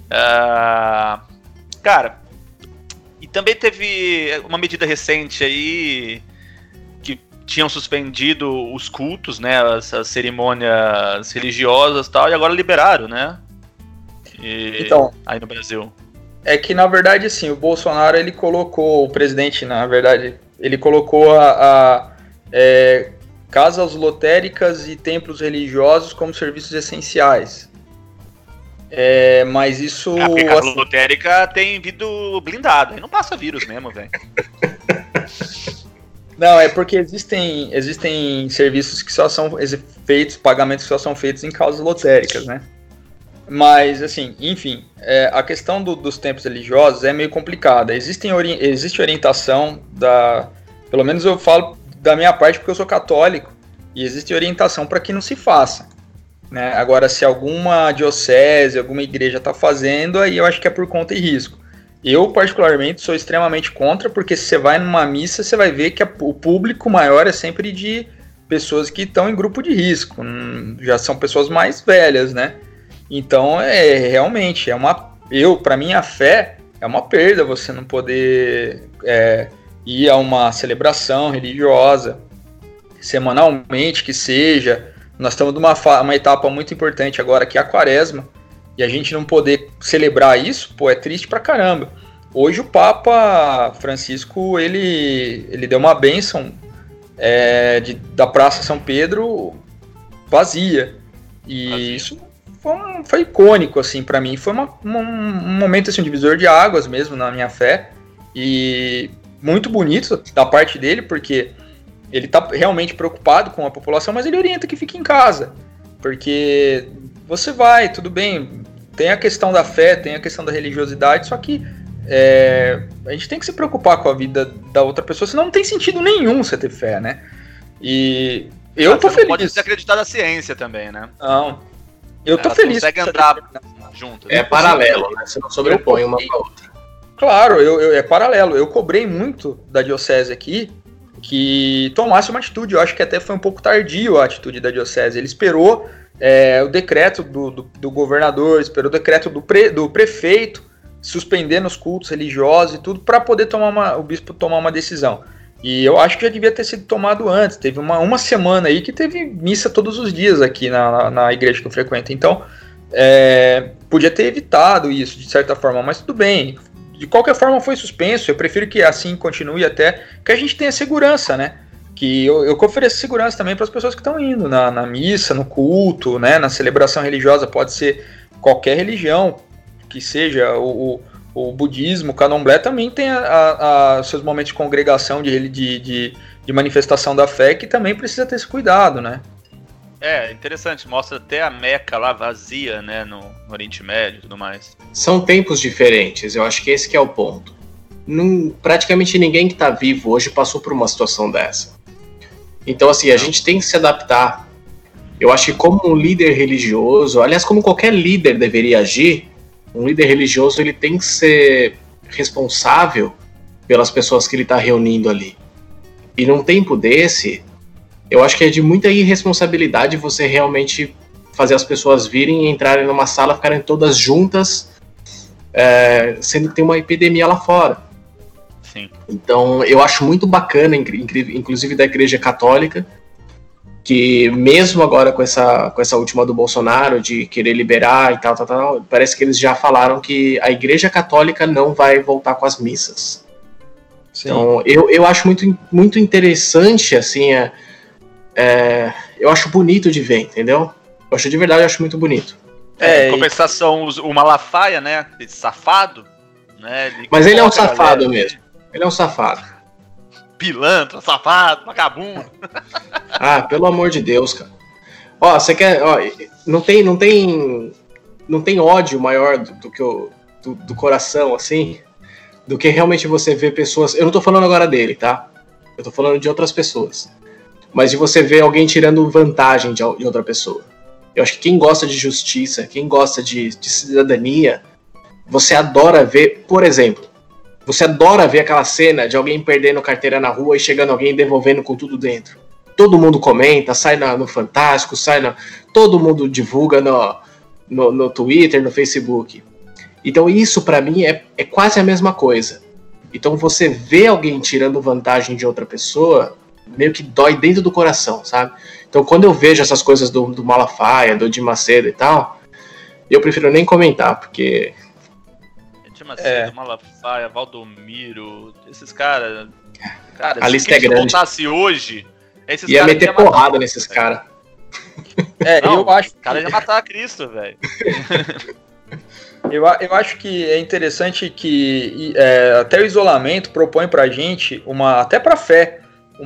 Cara, e também teve uma medida recente aí que tinham suspendido os cultos, né? As cerimônias religiosas e tal, e agora liberaram, né? Então, aí no Brasil. É que, na verdade, assim, o Bolsonaro, ele colocou, o presidente, na verdade, ele colocou casas lotéricas e templos religiosos como serviços essenciais. Mas isso... porque a casa lotérica tem vidro blindado, aí não passa vírus mesmo, velho. Não, é porque existem serviços que só são feitos, pagamentos que só são feitos em casas lotéricas, né? Mas, assim, enfim, a questão dos templos religiosos é meio complicada. Existe orientação pelo menos eu falo da minha parte porque eu sou católico, e existe orientação para que não se faça, né? Agora, se alguma diocese, alguma igreja está fazendo, aí eu acho que é por conta e risco. Eu, particularmente, sou extremamente contra, porque se você vai numa missa, você vai ver que o público maior é sempre de pessoas que estão em grupo de risco, já são pessoas mais velhas, né? Então, realmente, para mim, a fé é uma perda você não poder ir a uma celebração religiosa, semanalmente que seja. Nós estamos numa etapa muito importante agora, que é a Quaresma, e a gente não poder celebrar isso, é triste pra caramba. Hoje o Papa Francisco, ele deu uma bênção da Praça São Pedro vazia, e isso foi icônico, assim, para mim. Foi um momento, assim, um divisor de águas mesmo na minha fé. E muito bonito da parte dele, porque ele tá realmente preocupado com a população, mas ele orienta que fique em casa, porque você vai, tudo bem, tem a questão da fé, tem a questão da religiosidade, só que a gente tem que se preocupar com a vida da outra pessoa, senão não tem sentido nenhum você ter fé, né? E eu tô feliz. Pode se acreditar na ciência também, né? Não, eu tô feliz. Consegue andar junto. É paralelo, né? Você não sobrepõe uma com a outra. Claro, é paralelo. Eu cobrei muito da diocese aqui que tomasse uma atitude. Eu acho que até foi um pouco tardio a atitude da diocese. Ele esperou o decreto do governador, esperou o decreto do prefeito suspendendo os cultos religiosos e tudo para poder o bispo tomar uma decisão. E eu acho que já devia ter sido tomado antes. Teve uma semana aí que teve missa todos os dias aqui na igreja que eu frequento. Então, podia ter evitado isso de certa forma, mas tudo bem. De qualquer forma foi suspenso. Eu prefiro que assim continue até que a gente tenha segurança, né? Que eu ofereço segurança também para as pessoas que estão indo na missa, no culto, né? Na celebração religiosa. Pode ser qualquer religião que seja. O budismo, o candomblé também tem seus momentos de congregação, de manifestação da fé, que também precisa ter esse cuidado, né? Interessante, mostra até a Meca lá vazia, né, no Oriente Médio e tudo mais. São tempos diferentes, eu acho que esse que é o ponto. Praticamente ninguém que está vivo hoje passou por uma situação dessa. Então, assim, a gente tem que se adaptar. Eu acho que como um líder religioso, aliás, como qualquer líder deveria agir, um líder religioso ele tem que ser responsável pelas pessoas que ele está reunindo ali. E num tempo desse, eu acho que é de muita irresponsabilidade você realmente fazer as pessoas virem e entrarem numa sala, ficarem todas juntas, sendo que tem uma epidemia lá fora. Sim. Então, eu acho muito bacana, inclusive da Igreja Católica, que mesmo agora com essa última do Bolsonaro, de querer liberar e tal, parece que eles já falaram que a Igreja Católica não vai voltar com as missas. Sim. Então, eu acho muito, muito interessante, assim, eu acho bonito de ver, entendeu? Eu acho de verdade, eu acho muito bonito. Em compensação, o Malafaia, né, esse safado, né? Mas ele é um safado mesmo, ele é um safado. Pilantra, safado, vagabundo. Ah, pelo amor de Deus, cara. Ó, você quer... Ó, não tem ódio maior do que do coração, assim, do que realmente você ver pessoas... Eu não tô falando agora dele, tá? Eu tô falando de outras pessoas. Mas de você ver alguém tirando vantagem de outra pessoa. Eu acho que quem gosta de justiça, quem gosta de cidadania, você adora ver... Por exemplo, você adora ver aquela cena de alguém perdendo carteira na rua e chegando alguém devolvendo com tudo dentro. Todo mundo comenta, sai no Fantástico, todo mundo divulga no Twitter, no Facebook. Então isso pra mim é quase a mesma coisa. Então você vê alguém tirando vantagem de outra pessoa, meio que dói dentro do coração, sabe? Então quando eu vejo essas coisas do Malafaia, do Edir Macedo e tal, eu prefiro nem comentar, porque... Macedo, Malafaia, Valdomiro, esses caras. A lista é grande. Se voltasse hoje, esses ia meter porrada nesses caras. Eu acho. Os caras iam matar a Cristo, velho. Eu acho que é interessante que até o isolamento propõe pra gente, até pra fé,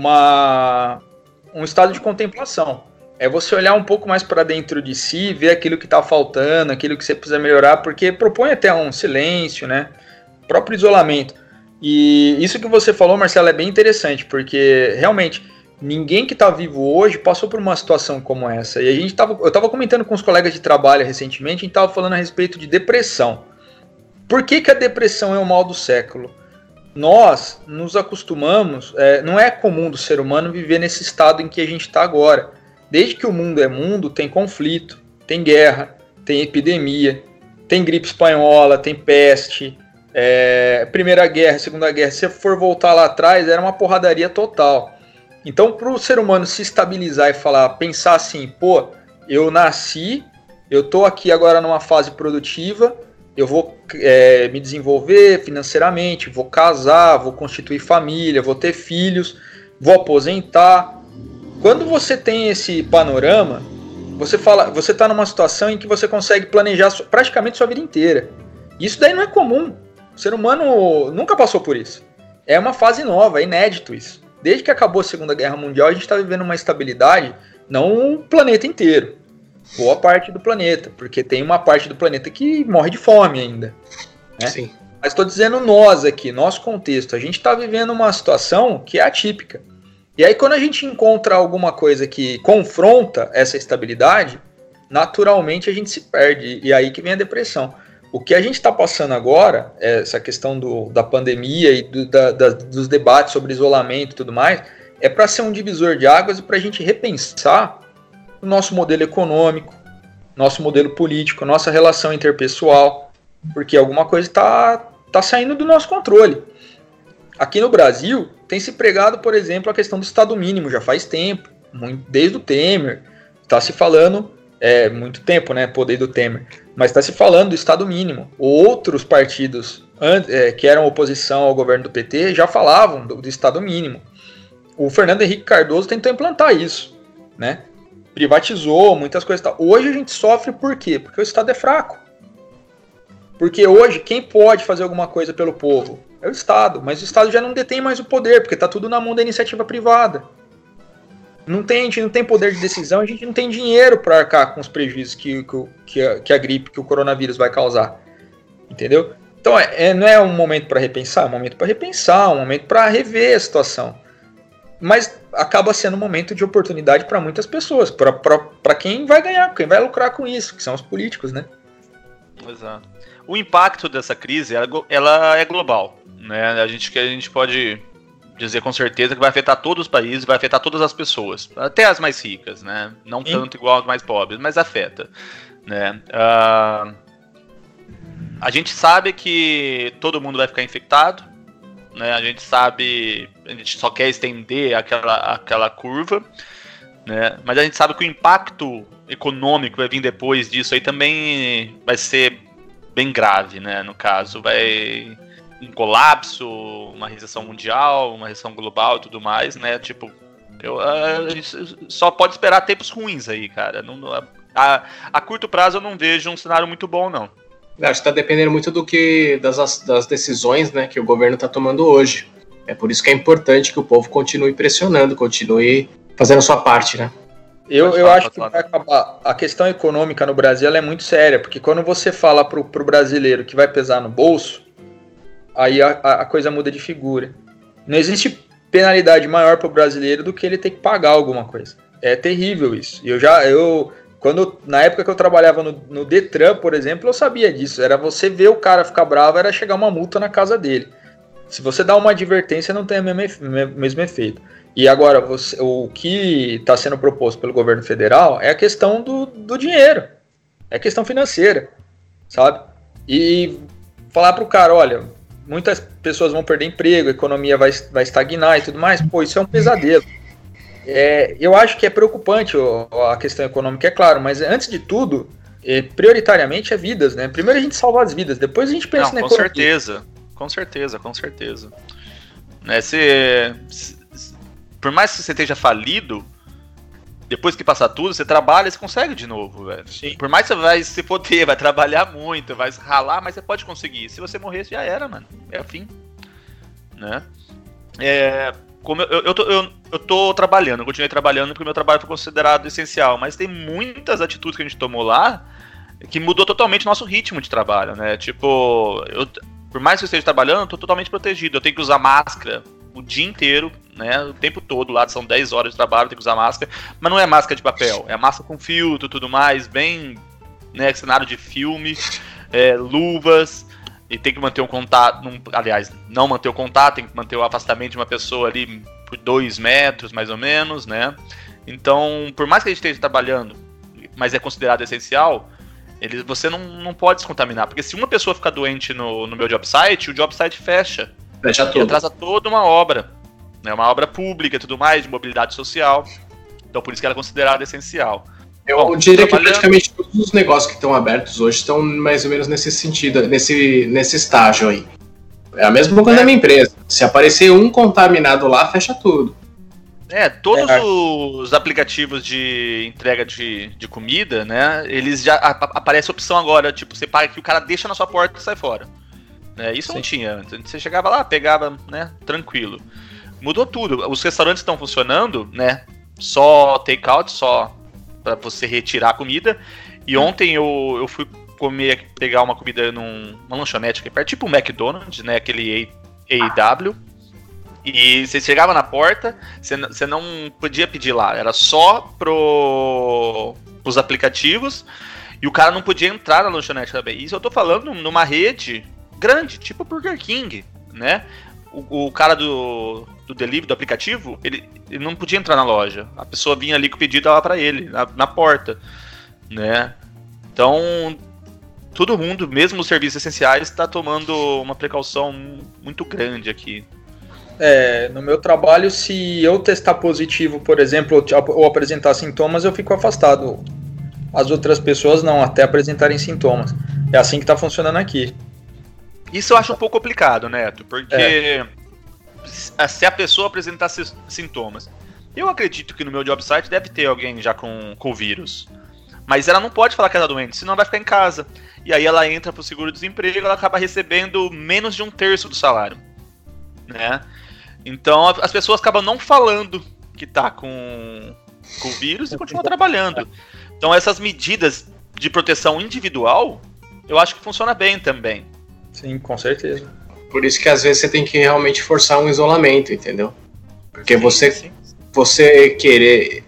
um estado de contemplação. É você olhar um pouco mais para dentro de si, ver aquilo que está faltando, aquilo que você precisa melhorar, porque propõe até um silêncio, né? O próprio isolamento. E isso que você falou, Marcelo, é bem interessante, porque realmente ninguém que está vivo hoje passou por uma situação como essa. E eu estava comentando com os colegas de trabalho recentemente, a gente estava falando a respeito de depressão. Por que a depressão é o mal do século? Nós nos acostumamos, não é comum do ser humano viver nesse estado em que a gente está agora. Desde que o mundo é mundo, tem conflito, tem guerra, tem epidemia, tem gripe espanhola, tem peste, Primeira Guerra, Segunda Guerra. Se você for voltar lá atrás, era uma porradaria total. Então, para o ser humano se estabilizar e pensar assim, pô, eu nasci, eu tô aqui agora numa fase produtiva, eu vou me desenvolver financeiramente, vou casar, vou constituir família, vou ter filhos, vou aposentar. Quando você tem esse panorama, você está numa situação em que você consegue planejar praticamente sua vida inteira. Isso daí não é comum. O ser humano nunca passou por isso. é uma fase nova, é inédito isso. Desde que acabou a Segunda Guerra Mundial, a gente está vivendo uma estabilidade, não o planeta inteiro, boa parte do planeta, porque tem uma parte do planeta que morre de fome ainda, né? Sim. Mas estou dizendo nós aqui, nosso contexto, a gente está vivendo uma situação que é atípica. E aí quando a gente encontra alguma coisa que confronta essa estabilidade, naturalmente a gente se perde, e aí que vem a depressão. O que a gente está passando agora, essa questão da pandemia e dos debates sobre isolamento e tudo mais, é para ser um divisor de águas e para a gente repensar o nosso modelo econômico, nosso modelo político, nossa relação interpessoal, porque alguma coisa está saindo do nosso controle. Aqui no Brasil, tem se pregado, por exemplo, a questão do Estado mínimo já faz tempo, desde o Temer, está se falando, muito tempo, né, poder do Temer, mas está se falando do Estado mínimo. Outros partidos que eram oposição ao governo do PT já falavam do Estado mínimo. O Fernando Henrique Cardoso tentou implantar isso, né? Privatizou muitas coisas. Hoje a gente sofre por quê? Porque o Estado é fraco. Porque hoje quem pode fazer alguma coisa pelo povo é o Estado, mas o Estado já não detém mais o poder, porque está tudo na mão da iniciativa privada. A gente não tem poder de decisão, a gente não tem dinheiro para arcar com os prejuízos que a gripe, que o coronavírus vai causar. Entendeu? Então não é um momento para repensar, é um momento para repensar, um momento para rever a situação. Mas acaba sendo um momento de oportunidade para muitas pessoas, para quem vai ganhar, quem vai lucrar com isso, que são os políticos, né? Exato. O impacto dessa crise, ela é global, né? A gente pode dizer com certeza que vai afetar todos os países, vai afetar todas as pessoas, até as mais ricas, né? Não tanto igual as mais pobres, mas afeta, né? A gente sabe que todo mundo vai ficar infectado, né? A gente só quer estender aquela curva, né? Mas a gente sabe que o impacto econômico vai vir depois disso aí também vai ser bem grave, né? No caso, vai um colapso, uma recessão mundial, uma recessão global e tudo mais, né? Tipo, a gente só pode esperar tempos ruins aí, cara. A curto prazo eu não vejo um cenário muito bom, não. Acho que está dependendo muito das decisões, né, que o governo está tomando hoje. É por isso que é importante que o povo continue pressionando, continue fazendo a sua parte, né? Eu acho que vai acabar. A questão econômica no Brasil ela é muito séria, porque quando você fala pro brasileiro que vai pesar no bolso, aí a coisa muda de figura. Não existe penalidade maior pro brasileiro do que ele ter que pagar alguma coisa. É terrível isso. Na época que eu trabalhava no Detran, por exemplo, eu sabia disso. Era você ver o cara ficar bravo, era chegar uma multa na casa dele. Se você dá uma advertência, não tem o mesmo efeito. E agora, o que está sendo proposto pelo governo federal é a questão do dinheiro. É questão financeira, sabe? E falar pro cara, olha, muitas pessoas vão perder emprego, a economia vai estagnar e tudo mais. Pô, isso é um pesadelo. Eu acho que é preocupante a questão econômica, é claro, mas antes de tudo, prioritariamente é vidas, né? Primeiro a gente salva as vidas, depois a gente pensa na economia. Com certeza. Né, por mais que você esteja falido, depois que passar tudo, você trabalha e você consegue de novo, velho. Sim. Por mais que você vai se foder, vai trabalhar muito, vai ralar, mas você pode conseguir. Se você morrer, já era, mano. É o fim. Né? Como eu tô trabalhando, eu continuei trabalhando porque o meu trabalho foi considerado essencial, mas tem muitas atitudes que a gente tomou lá que mudou totalmente o nosso ritmo de trabalho, né? Tipo, por mais que eu esteja trabalhando, eu tô totalmente protegido. Eu tenho que usar máscara o dia inteiro, né? O tempo todo, lá são 10 horas de trabalho, eu tenho que usar máscara, mas não é máscara de papel, é máscara com filtro e tudo mais, bem, né, cenário de filme, luvas, e tem que manter um contato, aliás, não manter o contato, tem que manter o afastamento de uma pessoa ali por 2 metros, mais ou menos, né? Então, por mais que a gente esteja trabalhando, mas é considerado essencial, você não pode se contaminar, porque se uma pessoa ficar doente no meu job site, o job site fecha. Fecha tudo. E atrasa toda uma obra, né? Uma obra pública e tudo mais, de mobilidade social. Então, por isso que ela é considerada essencial. Eu diria que praticamente todos os negócios que estão abertos hoje estão mais ou menos nesse sentido, nesse estágio aí. É a mesma coisa da minha empresa. Se aparecer um contaminado lá, fecha tudo. Todos os aplicativos de entrega de comida, né, eles já aparece a opção agora, tipo, você paga que o cara deixa na sua porta e sai fora. Isso não tinha antes. Você chegava lá, pegava, né, tranquilo. Mudou tudo. Os restaurantes estão funcionando, né? Só take-out, só para você retirar a comida. E ontem eu fui pegar uma comida numa lanchonete aqui perto, tipo um McDonald's, né? Aquele AEW. E você chegava na porta, você não podia pedir lá, era só pros aplicativos. E o cara não podia entrar na lanchonete também. Isso eu tô falando numa rede grande, tipo Burger King, né? O cara do delivery, do aplicativo, ele não podia entrar na loja. A pessoa vinha ali com o pedido lá pra ele, na porta, né? Então, todo mundo, mesmo os serviços essenciais, está tomando uma precaução muito grande aqui. No meu trabalho, se eu testar positivo, por exemplo, ou apresentar sintomas, eu fico afastado. As outras pessoas não, até apresentarem sintomas. É assim que tá funcionando aqui. Isso eu acho um pouco complicado, Neto, porque se a pessoa apresentar sintomas, eu acredito que no meu job site deve ter alguém já com o vírus, mas ela não pode falar que ela é doente, senão vai ficar em casa. E aí ela entra pro seguro-desemprego, ela acaba recebendo menos de 1/3 do salário, né? Então as pessoas acabam não falando que tá com o vírus e continuam trabalhando. Então essas medidas de proteção individual, eu acho que funciona bem também. Sim, com certeza. Por isso que às vezes você tem que realmente forçar um isolamento, entendeu? Porque Sim. você querer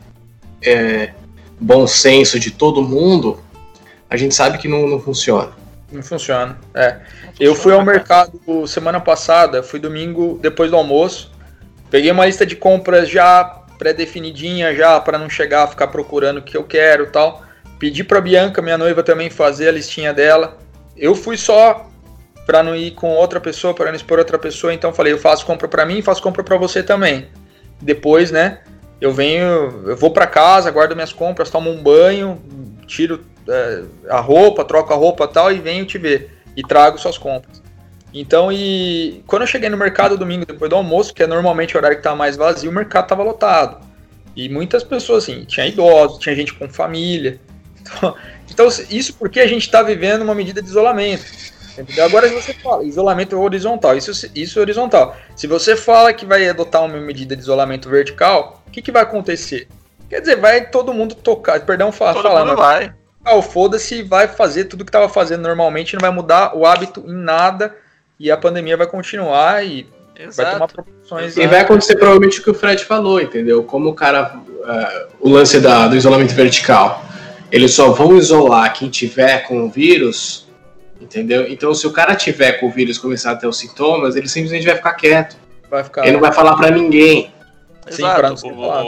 bom senso de todo mundo, a gente sabe que não funciona. Não funciona, Eu fui ao mercado semana passada, fui domingo depois do almoço, peguei uma lista de compras já pré-definidinha, já para não chegar a ficar procurando o que eu quero e tal. Pedi pra Bianca, minha noiva, também fazer a listinha dela. Eu fui só para não ir com outra pessoa, para não expor outra pessoa, então falei, eu faço compra para mim e faço compra para você também. Depois, né, eu vou para casa, guardo minhas compras, tomo um banho, tiro a roupa, troco a roupa e tal, e venho te ver. E trago suas compras. Então, e quando eu cheguei no mercado domingo, depois do almoço, que é normalmente o horário que tá mais vazio, o mercado estava lotado. E muitas pessoas, assim, tinha idosos, tinha gente com família. Então isso porque a gente está vivendo uma medida de isolamento. Entendeu? Agora, se você fala isolamento horizontal, isso é horizontal. Se você fala que vai adotar uma medida de isolamento vertical, o que vai acontecer? Quer dizer, vai todo mundo tocar, perdão, todo mundo vai. Foda-se, vai fazer tudo que estava fazendo normalmente, não vai mudar o hábito em nada, e a pandemia vai continuar e vai tomar proporções. E vai acontecer provavelmente o que o Fred falou, entendeu? Como o cara, o lance do isolamento vertical, eles só vão isolar quem tiver com o vírus, entendeu? Então se o cara tiver com o vírus e começar a ter os sintomas, ele simplesmente vai ficar quieto. Ele não vai falar pra ninguém. Exato.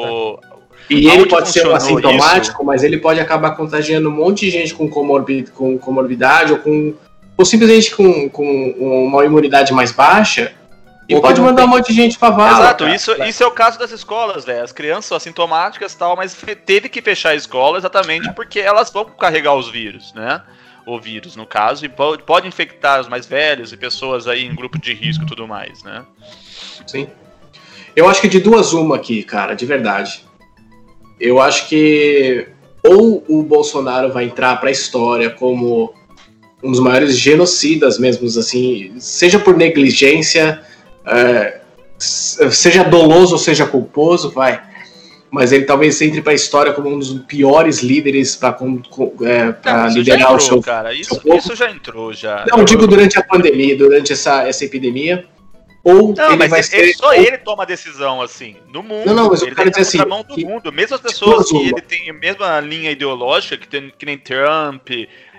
E ele pode ser um assintomático, mas ele pode acabar contagiando um monte de gente com comorbidade ou simplesmente com uma imunidade mais baixa e pode mandar um monte de gente pra vala. Exato, isso é o caso das escolas, velho. As crianças são assintomáticas e tal, mas teve que fechar a escola exatamente porque elas vão carregar os vírus, né? O vírus, no caso, e pode infectar os mais velhos e pessoas aí em grupo de risco e tudo mais, né? Sim. Eu acho que de duas uma aqui, cara, de verdade. Eu acho que ou o Bolsonaro vai entrar pra história como um dos maiores genocidas mesmo, assim, seja por negligência, seja doloso ou seja culposo, mas ele talvez entre pra história como um dos piores líderes pra liderar o seu cara. Isso já entrou, já. Não, digo durante a pandemia, durante essa epidemia. Ou não, mas ele toma a decisão, assim, no mundo. Não, mas eu quero dizer assim, mão do mundo. Mesmo as pessoas que ele tem a mesma linha ideológica, que nem Trump,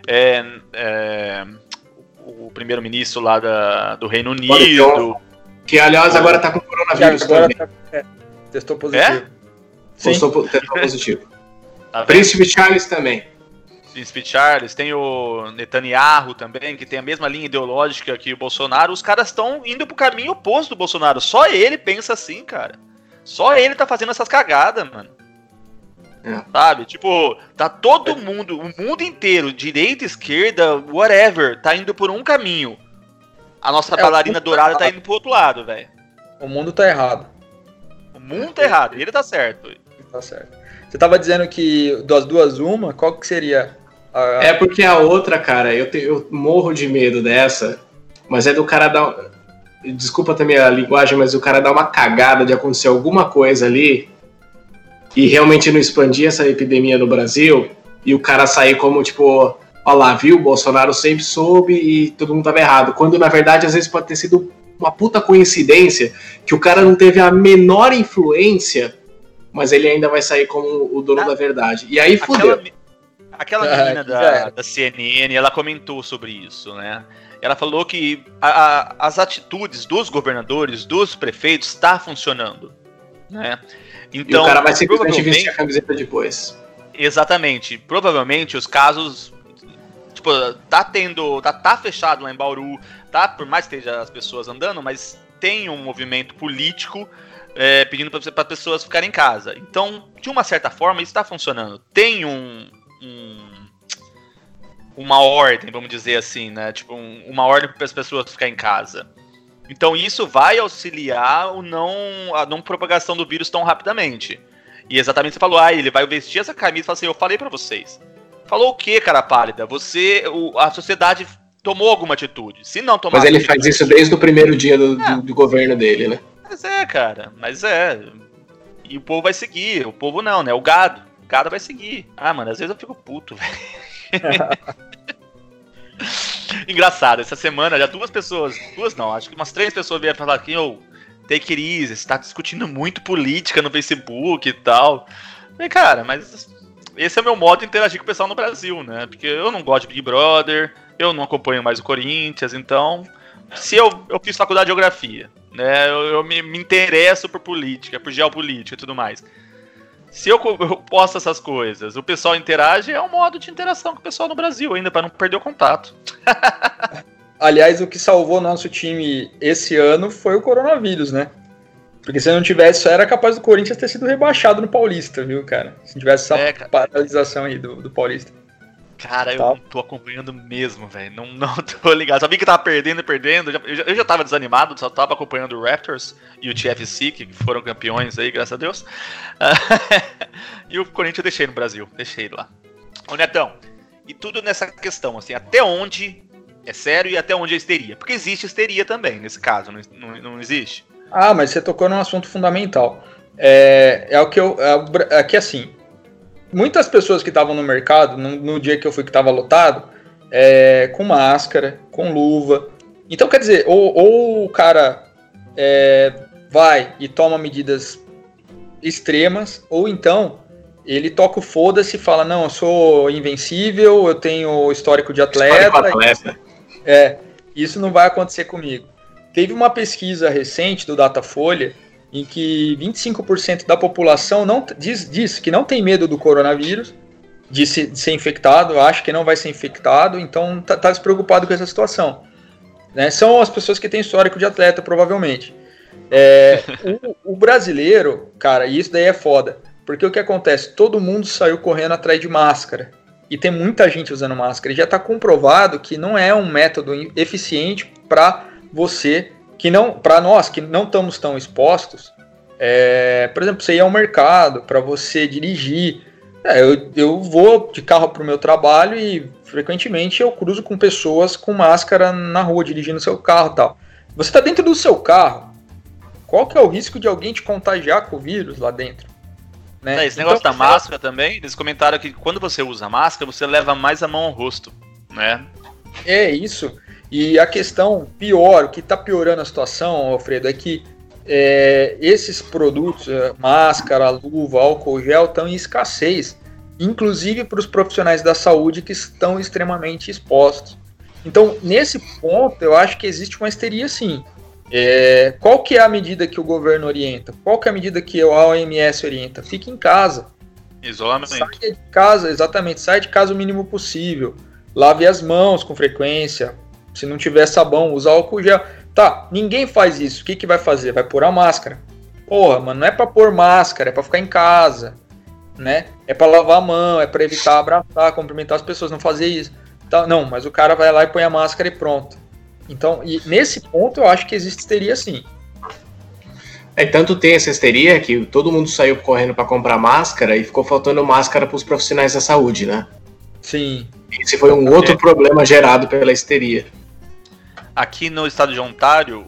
o primeiro-ministro lá do Reino Unido. Que, aliás, agora tá com coronavírus também. Testou positivo. Testou positivo. Tá, Príncipe Charles também. Príncipe Charles, tem o Netanyahu também, que tem a mesma linha ideológica que o Bolsonaro. Os caras estão indo pro caminho oposto do Bolsonaro. Só ele pensa assim, cara. Só ele tá fazendo essas cagadas, mano. Sabe? Tipo, tá todo mundo, o mundo inteiro, direita, esquerda, whatever, tá indo por um caminho. A nossa bailarina dourada tá indo pro outro lado, velho. O mundo tá errado. O mundo tá errado, ele tá certo. Tá certo. Você tava dizendo que das duas uma, qual que seria porque a outra, cara, eu morro de medo dessa, mas é do cara dar... Desculpa também a linguagem, mas o cara dá uma cagada de acontecer alguma coisa ali e realmente não expandir essa epidemia no Brasil e o cara sair como, tipo, ó lá, viu, o Bolsonaro sempre soube e todo mundo tava errado. Quando, na verdade, às vezes pode ter sido uma puta coincidência que o cara não teve a menor influência, mas ele ainda vai sair como o dono da verdade. E aí fudeu. Aquela menina da CNN, ela comentou sobre isso, né? Ela falou que as atitudes dos governadores, dos prefeitos, tá funcionando, né? Então, e o cara vai simplesmente vestir a camiseta depois. Exatamente. Provavelmente os casos, tipo, tá fechado lá em Bauru, tá? Por mais que esteja as pessoas andando, mas tem um movimento político pedindo para pessoas ficarem em casa. Então, de uma certa forma, isso está funcionando. Tem uma ordem, vamos dizer assim, né? Tipo, uma ordem para as pessoas ficarem em casa. Então, isso vai auxiliar a não propagação do vírus tão rapidamente. E exatamente você falou, ele vai vestir essa camisa e fala assim, eu falei para vocês. Falou o quê, cara pálida? A sociedade tomou alguma atitude. Se não tomar. Mas ele faz isso desde o primeiro dia do governo dele, né? Mas cara, E o povo vai seguir. O povo não, né? O gado. O gado vai seguir. Mano, às vezes eu fico puto, velho. Engraçado, essa semana já acho que umas 3 pessoas vieram falar aqui, take it easy, você tá discutindo muito política no Facebook e tal. Falei, cara, mas esse é o meu modo de interagir com o pessoal no Brasil, né? Porque eu não gosto de Big Brother, eu não acompanho mais o Corinthians, então, se eu fiz faculdade de geografia, né? Eu me interesso por política, por geopolítica e tudo mais. Se eu posto essas coisas, o pessoal interage, é um modo de interação com o pessoal no Brasil ainda, para não perder o contato. Aliás, o que salvou nosso time esse ano foi o coronavírus, né? Porque se não tivesse, só era capaz do Corinthians ter sido rebaixado no Paulista, viu, cara? Se não tivesse essa paralisação aí do Paulista. Cara, eu não tô acompanhando mesmo, velho. Não tô ligado. Só vi que tava perdendo. Eu já tava desanimado, só tava acompanhando o Raptors e o TFC, que foram campeões aí, graças a Deus. E o Corinthians eu deixei no Brasil, deixei lá. Ô, Netão, e tudo nessa questão, assim, até onde é sério e até onde é histeria? Porque existe histeria também, nesse caso, não existe? Mas você tocou num assunto fundamental. Aqui assim, muitas pessoas que estavam no mercado, no dia que eu fui que estava lotado, com máscara, com luva. Então, quer dizer, ou o cara vai e toma medidas extremas, ou então ele toca o foda-se e fala, não, eu sou invencível, eu tenho histórico de atleta. Isso não vai acontecer comigo. Teve uma pesquisa recente do Datafolha em que 25% da população diz que não tem medo do coronavírus, de ser infectado, acha que não vai ser infectado, então tá despreocupado com essa situação. Né? São as pessoas que têm histórico de atleta, provavelmente. O brasileiro, cara, e isso daí é foda, porque o que acontece? Todo mundo saiu correndo atrás de máscara, e tem muita gente usando máscara, e já está comprovado que não é um método eficiente para você, para nós que não estamos tão expostos, por exemplo, você ir ao mercado, para você dirigir. Eu vou de carro para o meu trabalho e frequentemente eu cruzo com pessoas com máscara na rua, dirigindo seu carro e tal. Você está dentro do seu carro, qual que é o risco de alguém te contagiar com o vírus lá dentro? Né? Esse negócio da máscara também, eles comentaram que quando você usa máscara, você leva mais a mão ao rosto, né? É isso. E a questão pior, o que está piorando a situação, Alfredo, é que esses produtos, máscara, luva, álcool gel, estão em escassez, inclusive para os profissionais da saúde que estão extremamente expostos. Então, nesse ponto, eu acho que existe uma histeria, sim. Qual que é a medida que o governo orienta? Qual que é a medida que a OMS orienta? Fique em casa. Isolamento. Saia de casa, exatamente, saia de casa o mínimo possível. Lave as mãos com frequência. Se não tiver sabão, usa álcool gel. Tá, ninguém faz isso. O que vai fazer? Vai pôr a máscara. Porra, mano, não é pra pôr máscara, é pra ficar em casa, né? É pra lavar a mão, é pra evitar abraçar, cumprimentar as pessoas, não fazer isso. Tá, não, mas o cara vai lá e põe a máscara e pronto. Então, e nesse ponto eu acho que existe histeria sim. Tanto tem essa histeria que todo mundo saiu correndo pra comprar máscara e ficou faltando máscara pros profissionais da saúde, né? Sim. Esse foi um outro problema gerado pela histeria. aqui no estado de Ontário,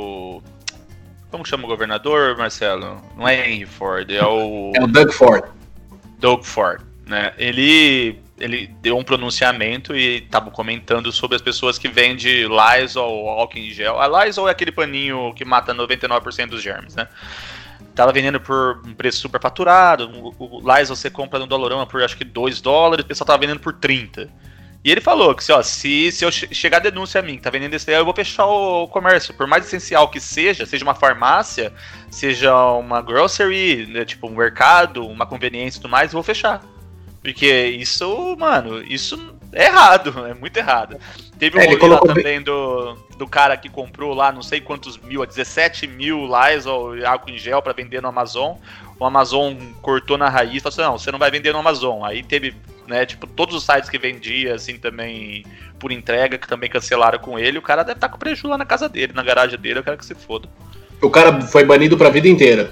como chama o governador, Marcelo? Não é Henry Ford, é o Doug Ford. Doug Ford, né? Ele deu um pronunciamento e estava comentando sobre as pessoas que vendem Lysol, álcool em gel. A Lysol é aquele paninho que mata 99% dos germes, né? Tava vendendo por um preço super faturado. O Lysol você compra no Dollarama por acho que $2, o pessoal tava vendendo por 30. E ele falou que se eu chegar a denúncia a mim, que tá vendendo esse aí, eu vou fechar o comércio. Por mais essencial que seja uma farmácia, seja uma grocery, né, tipo um mercado, uma conveniência e tudo mais, eu vou fechar. Porque isso, mano, isso é errado, é muito errado. Teve um rolê lá também do cara que comprou lá não sei quantos mil, 17 mil Lysol e álcool em gel pra vender no Amazon. O Amazon cortou na raiz e falou assim, não, você não vai vender no Amazon. Aí teve, né, tipo, todos os sites que vendia, assim, também por entrega, que também cancelaram com ele. O cara deve estar com prejuízo lá na casa dele, na garagem dele, eu quero que se foda. O cara foi banido pra vida inteira.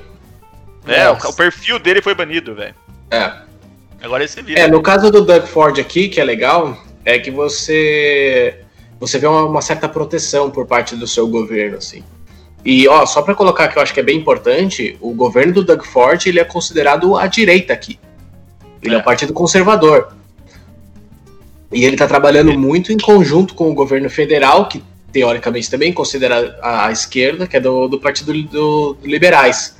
O perfil dele foi banido, velho. Agora esse vídeo. No caso do Doug Ford aqui, que é legal, é que você vê uma certa proteção por parte do seu governo, assim. E, só pra colocar que eu acho que é bem importante, o governo do Doug Ford, ele é considerado a direita aqui. Ele é um partido conservador. E ele tá trabalhando muito em conjunto com o governo federal, que teoricamente também considera a esquerda, que é do partido do liberais.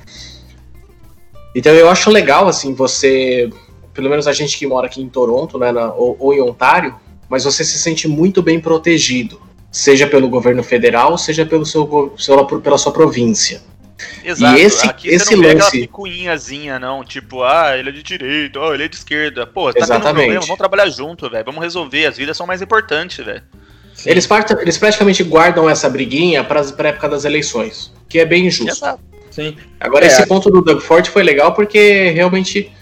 Então eu acho legal, assim, você... Pelo menos a gente que mora aqui em Toronto, né, ou em Ontário, mas você se sente muito bem protegido, seja pelo governo federal, seja pela sua província. Exato, e aqui você não vê aquela picuinhazinha, não, tipo, ele é de direita, ele é de esquerda. Pô, tá tendo um problema, vamos trabalhar junto, velho, vamos resolver, as vidas são mais importantes, velho. Eles praticamente guardam essa briguinha pra época das eleições, que é bem injusto. Exato. Sim. Agora, esse ponto do Doug Ford foi legal porque realmente...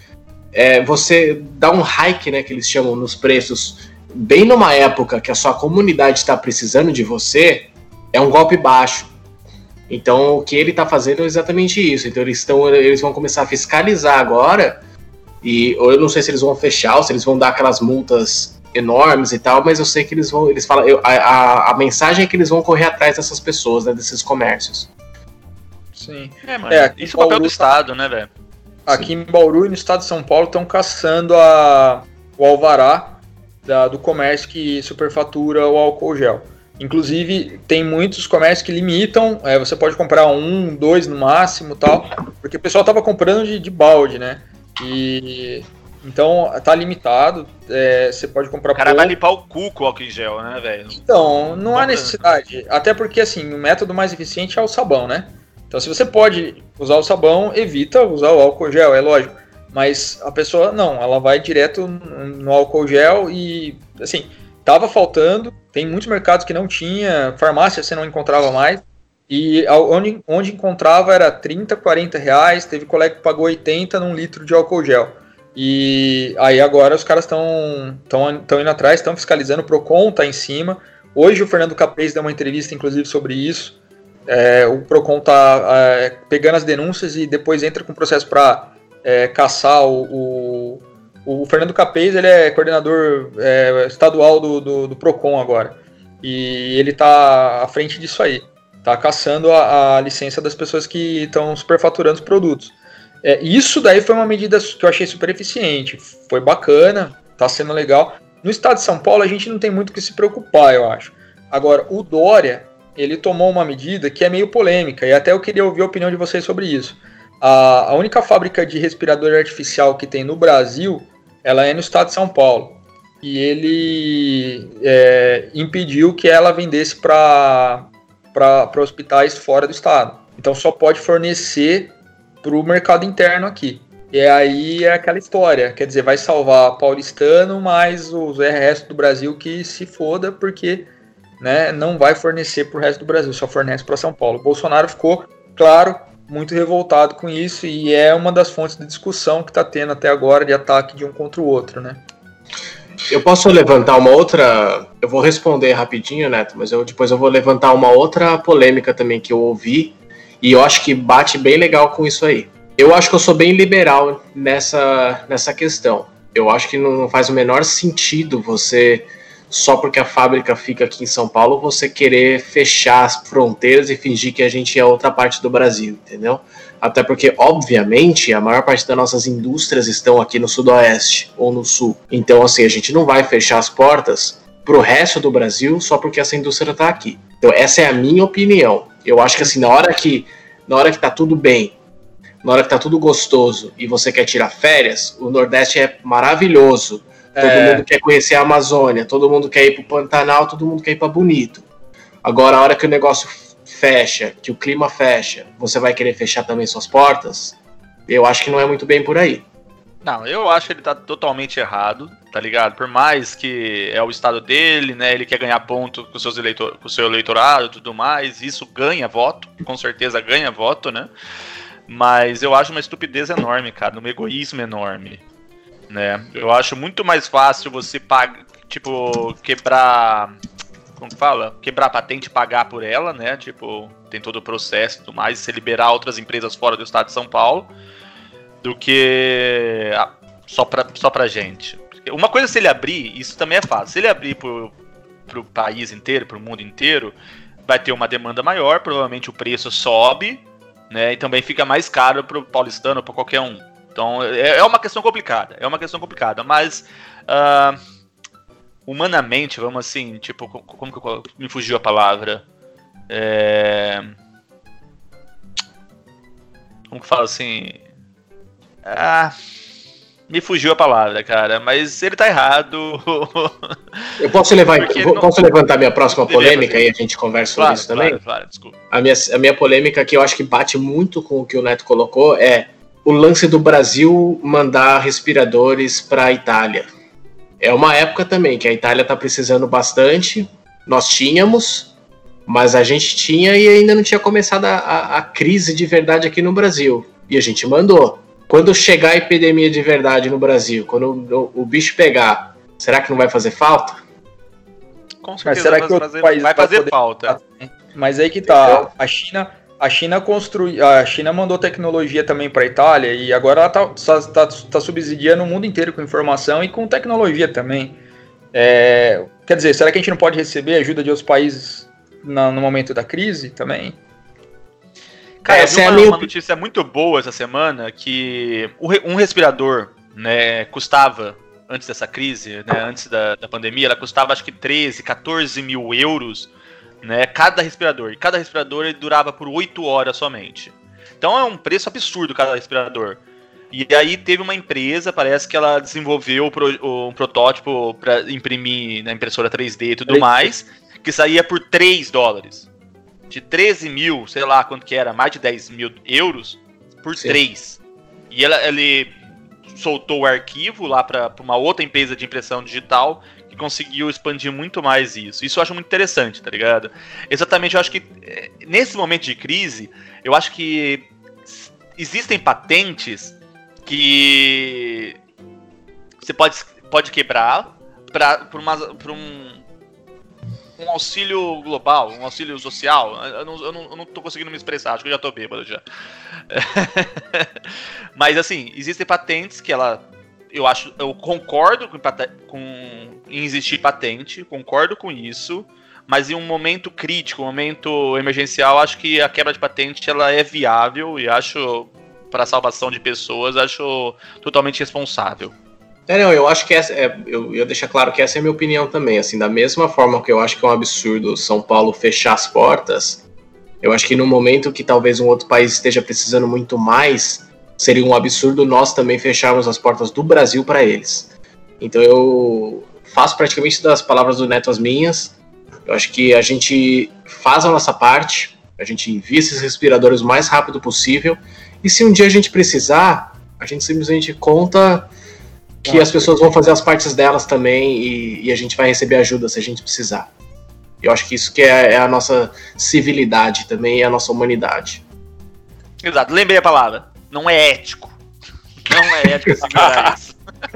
você dá um hike, né, que eles chamam nos preços, bem numa época que a sua comunidade está precisando de você, é um golpe baixo. Então o que ele está fazendo é exatamente isso. Então eles vão começar a fiscalizar agora, e eu não sei se eles vão fechar ou se eles vão dar aquelas multas enormes e tal, mas eu sei que eles falam, a mensagem é que eles vão correr atrás dessas pessoas, né, desses comércios. Sim. Mano, isso é o papel do Estado, né, velho? Aqui em Bauru e no estado de São Paulo estão caçando o alvará do comércio que superfatura o álcool gel. Inclusive, tem muitos comércios que limitam, você pode comprar 1, 2 no máximo, tal, porque o pessoal estava comprando de balde, né? E então tá limitado, você pode comprar. O cara vai limpar o cu com o álcool em gel, né, velho? Então, não há necessidade, até porque assim, o método mais eficiente é o sabão, né? Então, se você pode usar o sabão, evita usar o álcool gel, é lógico. Mas a pessoa não, ela vai direto no álcool gel e, assim, tava faltando. Tem muitos mercados que não tinha, farmácia você não encontrava mais. E onde encontrava era 30, 40 reais. Teve colega que pagou 80 num litro de álcool gel. E aí agora os caras estão indo atrás, estão fiscalizando, o Procon tá em cima. Hoje o Fernando Capês deu uma entrevista, inclusive, sobre isso. O Procon está pegando as denúncias e depois entra com processo para caçar o Fernando Capês. Ele é coordenador estadual do Procon agora, e ele está à frente disso aí, está caçando a licença das pessoas que estão superfaturando os produtos. Isso daí foi uma medida que eu achei super eficiente, foi bacana, está sendo legal. No estado de São Paulo a gente não tem muito o que se preocupar, eu acho. Agora, o Dória, ele tomou uma medida que é meio polêmica, e até eu queria ouvir a opinião de vocês sobre isso. A única fábrica de respirador artificial que tem no Brasil, ela é no estado de São Paulo. E ele impediu que ela vendesse para hospitais fora do estado. Então só pode fornecer para o mercado interno aqui. E aí é aquela história, quer dizer, vai salvar paulistano, mas o resto do Brasil que se foda, porque... né, não vai fornecer para o resto do Brasil, só fornece para São Paulo. O Bolsonaro ficou, claro, muito revoltado com isso e é uma das fontes de discussão que está tendo até agora de ataque de um contra o outro, né? Eu posso levantar uma outra... Eu vou responder rapidinho, Neto, mas depois eu vou levantar uma outra polêmica também que eu ouvi e eu acho que bate bem legal com isso aí. Eu acho que eu sou bem liberal nessa questão. Eu acho que não faz o menor sentido você só porque a fábrica fica aqui em São Paulo, você querer fechar as fronteiras e fingir que a gente é outra parte do Brasil, entendeu? Até porque, obviamente, a maior parte das nossas indústrias estão aqui no Sudoeste ou no Sul. Então, assim, a gente não vai fechar as portas pro resto do Brasil só porque essa indústria tá aqui. Então, essa é a minha opinião. Eu acho que, assim, na hora que tá tudo bem, na hora que tá tudo gostoso e você quer tirar férias, o Nordeste é maravilhoso. Todo mundo quer conhecer a Amazônia, todo mundo quer ir pro Pantanal, todo mundo quer ir pra Bonito. Agora, a hora que o negócio fecha, que o clima fecha, você vai querer fechar também suas portas? Eu acho que não é muito bem por aí. Não, eu acho que ele tá totalmente errado, tá ligado? Por mais que é o estado dele, né? Ele quer ganhar ponto com o seu eleitorado e tudo mais, isso ganha voto, com certeza ganha voto, né? Mas eu acho uma estupidez enorme, cara, um egoísmo enorme. Né? Eu acho muito mais fácil você quebrar, como que fala? Quebrar a patente e pagar por ela, né? Tipo, tem todo o processo e tudo mais, você liberar outras empresas fora do estado de São Paulo, do que só pra gente. Uma coisa, se ele abrir, isso também é fácil, se ele abrir pro país inteiro, pro mundo inteiro, vai ter uma demanda maior, provavelmente o preço sobe, né? E também fica mais caro pro paulistano, pra qualquer um. Então, é uma questão complicada, mas humanamente, vamos assim, tipo, como que me fugiu a palavra? Como que fala assim? Me fugiu a palavra, cara, mas ele tá errado. Eu posso levantar minha próxima polêmica e a gente conversa sobre isso também? Claro, desculpa. A minha polêmica, que eu acho que bate muito com o que o Neto colocou, é o lance do Brasil mandar respiradores para a Itália. É uma época também que a Itália está precisando bastante. Nós tínhamos, mas a gente tinha e ainda não tinha começado a crise de verdade aqui no Brasil. E a gente mandou. Quando chegar a epidemia de verdade no Brasil, quando o bicho pegar, será que não vai fazer falta? Com certeza vai fazer falta. Mas aí que tá, a China mandou tecnologia também para a Itália e agora ela tá subsidiando o mundo inteiro com informação e com tecnologia também. Quer dizer, será que a gente não pode receber ajuda de outros países no momento da crise também? Cara, eu vi uma notícia muito boa essa semana que um respirador, né, custava, antes dessa crise, né, antes da pandemia, ela custava acho que 13, 14 mil euros, né, cada respirador. E cada respirador ele durava por 8 horas somente. Então é um preço absurdo cada respirador. E aí teve uma empresa, parece que ela desenvolveu um protótipo para imprimir na impressora 3D e tudo mais, que saía por $3. De 13 mil, sei lá quanto que era, mais de 10 mil euros por 3. E ele soltou o arquivo lá para uma outra empresa de impressão digital que conseguiu expandir muito mais isso. Isso eu acho muito interessante, tá ligado? Exatamente, eu acho que nesse momento de crise, eu acho que existem patentes que você pode quebrar por um auxílio global, um auxílio social. Eu não tô conseguindo me expressar, acho que eu já tô bêbado já. Mas assim, existem patentes que eu concordo em existir patente, concordo com isso, mas em um momento crítico, um momento emergencial, acho que a quebra de patente ela é viável e acho, para a salvação de pessoas, acho totalmente responsável. Não, eu acho que eu deixo claro que essa é a minha opinião também, assim, da mesma forma que eu acho que é um absurdo São Paulo fechar as portas, eu acho que no momento que talvez um outro país esteja precisando muito mais, seria um absurdo nós também fecharmos as portas do Brasil para eles. Então eu faço praticamente das palavras do Neto as minhas, eu acho que a gente faz a nossa parte, a gente envia esses respiradores o mais rápido possível, e se um dia a gente precisar, a gente simplesmente conta que as pessoas vão fazer as partes delas também e a gente vai receber ajuda se a gente precisar. Eu acho que isso que é a nossa civilidade também e a nossa humanidade. Exato, lembrei a palavra. Não é ético. Não é ético segurar isso.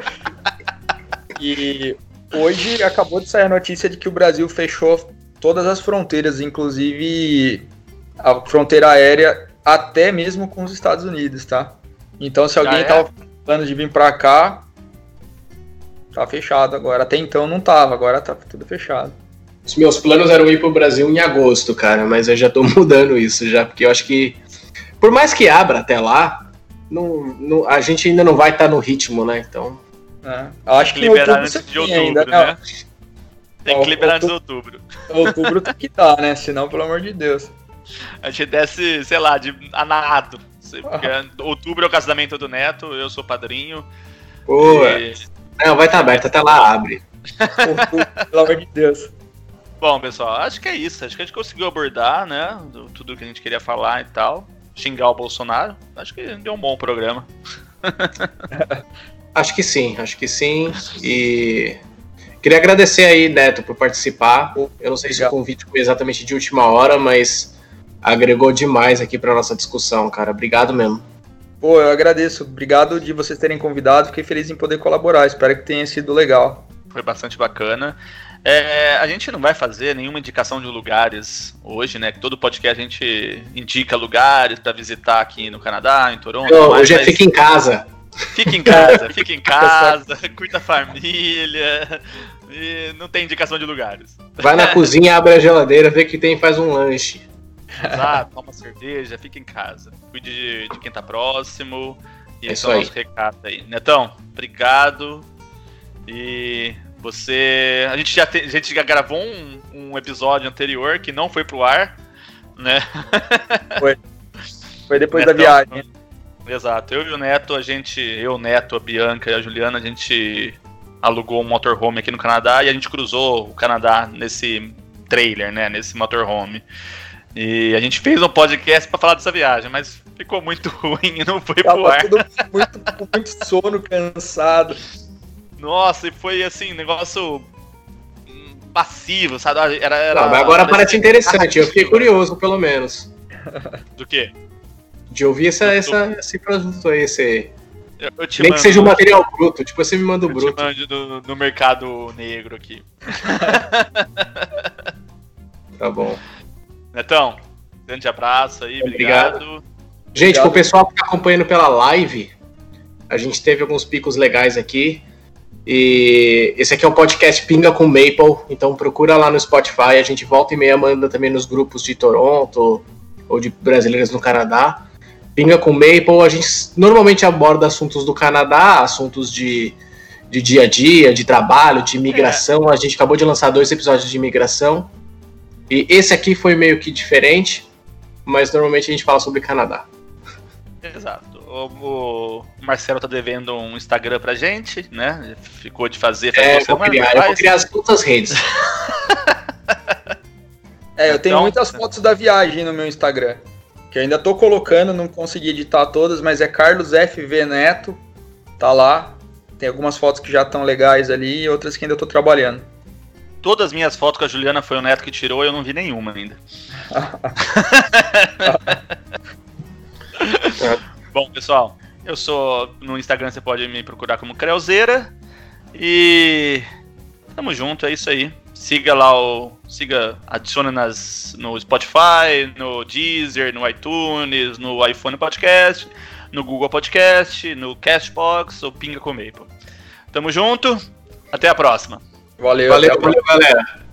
E hoje acabou de sair a notícia de que o Brasil fechou todas as fronteiras, inclusive a fronteira aérea, até mesmo com os Estados Unidos, tá? Então se alguém tava falando de vir pra cá, Tá fechado agora. Até então não tava, agora tá tudo fechado. Os meus planos eram ir pro Brasil em agosto, cara, mas eu já tô mudando isso já, porque eu acho que, por mais que abra até lá, a gente ainda não vai estar no ritmo, né? Então. Acho que liberar antes de outubro, ainda, né? Tem que liberar antes de outubro. Outubro tem que dar, né? Senão, pelo amor de Deus. A gente desce, sei lá, a nado. Porque outubro é o casamento do Neto, eu sou padrinho. Pô, não, vai estar aberto, até lá abre. Outubro, pelo amor de Deus. Bom, pessoal, acho que é isso. Acho que a gente conseguiu abordar, né? Tudo que a gente queria falar e tal. Xingar o Bolsonaro. Acho que deu um bom programa. Acho que sim. E queria agradecer aí, Neto, por participar. Eu não sei se o convite foi exatamente de última hora, mas agregou demais aqui pra nossa discussão, cara. Obrigado mesmo. Pô, eu agradeço. Obrigado de vocês terem convidado. Fiquei feliz em poder colaborar. Espero que tenha sido legal. Foi bastante bacana. A gente não vai fazer nenhuma indicação de lugares hoje, né? Que todo podcast a gente indica lugares para visitar aqui no Canadá, em Toronto. Hoje fica em casa. Fica em casa, curta a família. E não tem indicação de lugares. Vai na cozinha, abre a geladeira, vê o que tem e faz um lanche. Exato, toma cerveja, fica em casa. Cuide de quem tá próximo. E esse é o nosso recado aí. Netão, obrigado. E a gente já gravou um episódio anterior que não foi pro ar, né? Foi depois da viagem. Exato. Eu e o Neto, o Neto, a Bianca e a Juliana, a gente alugou um motorhome aqui no Canadá e a gente cruzou o Canadá nesse trailer, né? Nesse motorhome. E a gente fez um podcast pra falar dessa viagem, mas ficou muito ruim e não foi pro ar. Tudo muito sono, cansado. Nossa, e foi assim, negócio passivo, sabe? Não, mas agora parece interessante, eu fiquei curioso, pelo menos. Do quê? De ouvir esse produto aí, eu te nem mando, que seja um material bruto, tipo você me manda o bruto. Eu te mando no mercado negro aqui. Tá bom. Netão, grande abraço aí, obrigado. Gente, pro pessoal que tá acompanhando pela live, a gente teve alguns picos legais aqui. E esse aqui é um podcast Pinga com Maple, então procura lá no Spotify, a gente volta e meia manda também nos grupos de Toronto ou de brasileiros no Canadá. Pinga com Maple, a gente normalmente aborda assuntos do Canadá, assuntos de dia a dia, de trabalho, de imigração. A gente acabou de lançar 2 episódios de imigração e esse aqui foi meio que diferente, mas normalmente a gente fala sobre Canadá. Exato. O Marcelo tá devendo um Instagram pra gente, né? Ficou de fazer eu vou criar as outras redes. Eu tenho muitas fotos da viagem no meu Instagram, que eu ainda tô colocando, não consegui editar todas, mas é Carlos FV Neto, tá lá. Tem algumas fotos que já estão legais ali e outras que ainda tô trabalhando. Todas as minhas fotos com a Juliana foi o Neto que tirou e eu não vi nenhuma ainda. Bom, pessoal, no Instagram você pode me procurar como Creuzeira e tamo junto, é isso aí. Siga lá adiciona no Spotify, no Deezer, no iTunes, no iPhone Podcast, no Google Podcast, no Castbox ou Pinga com Maple. Tamo junto, até a próxima. Valeu, galera.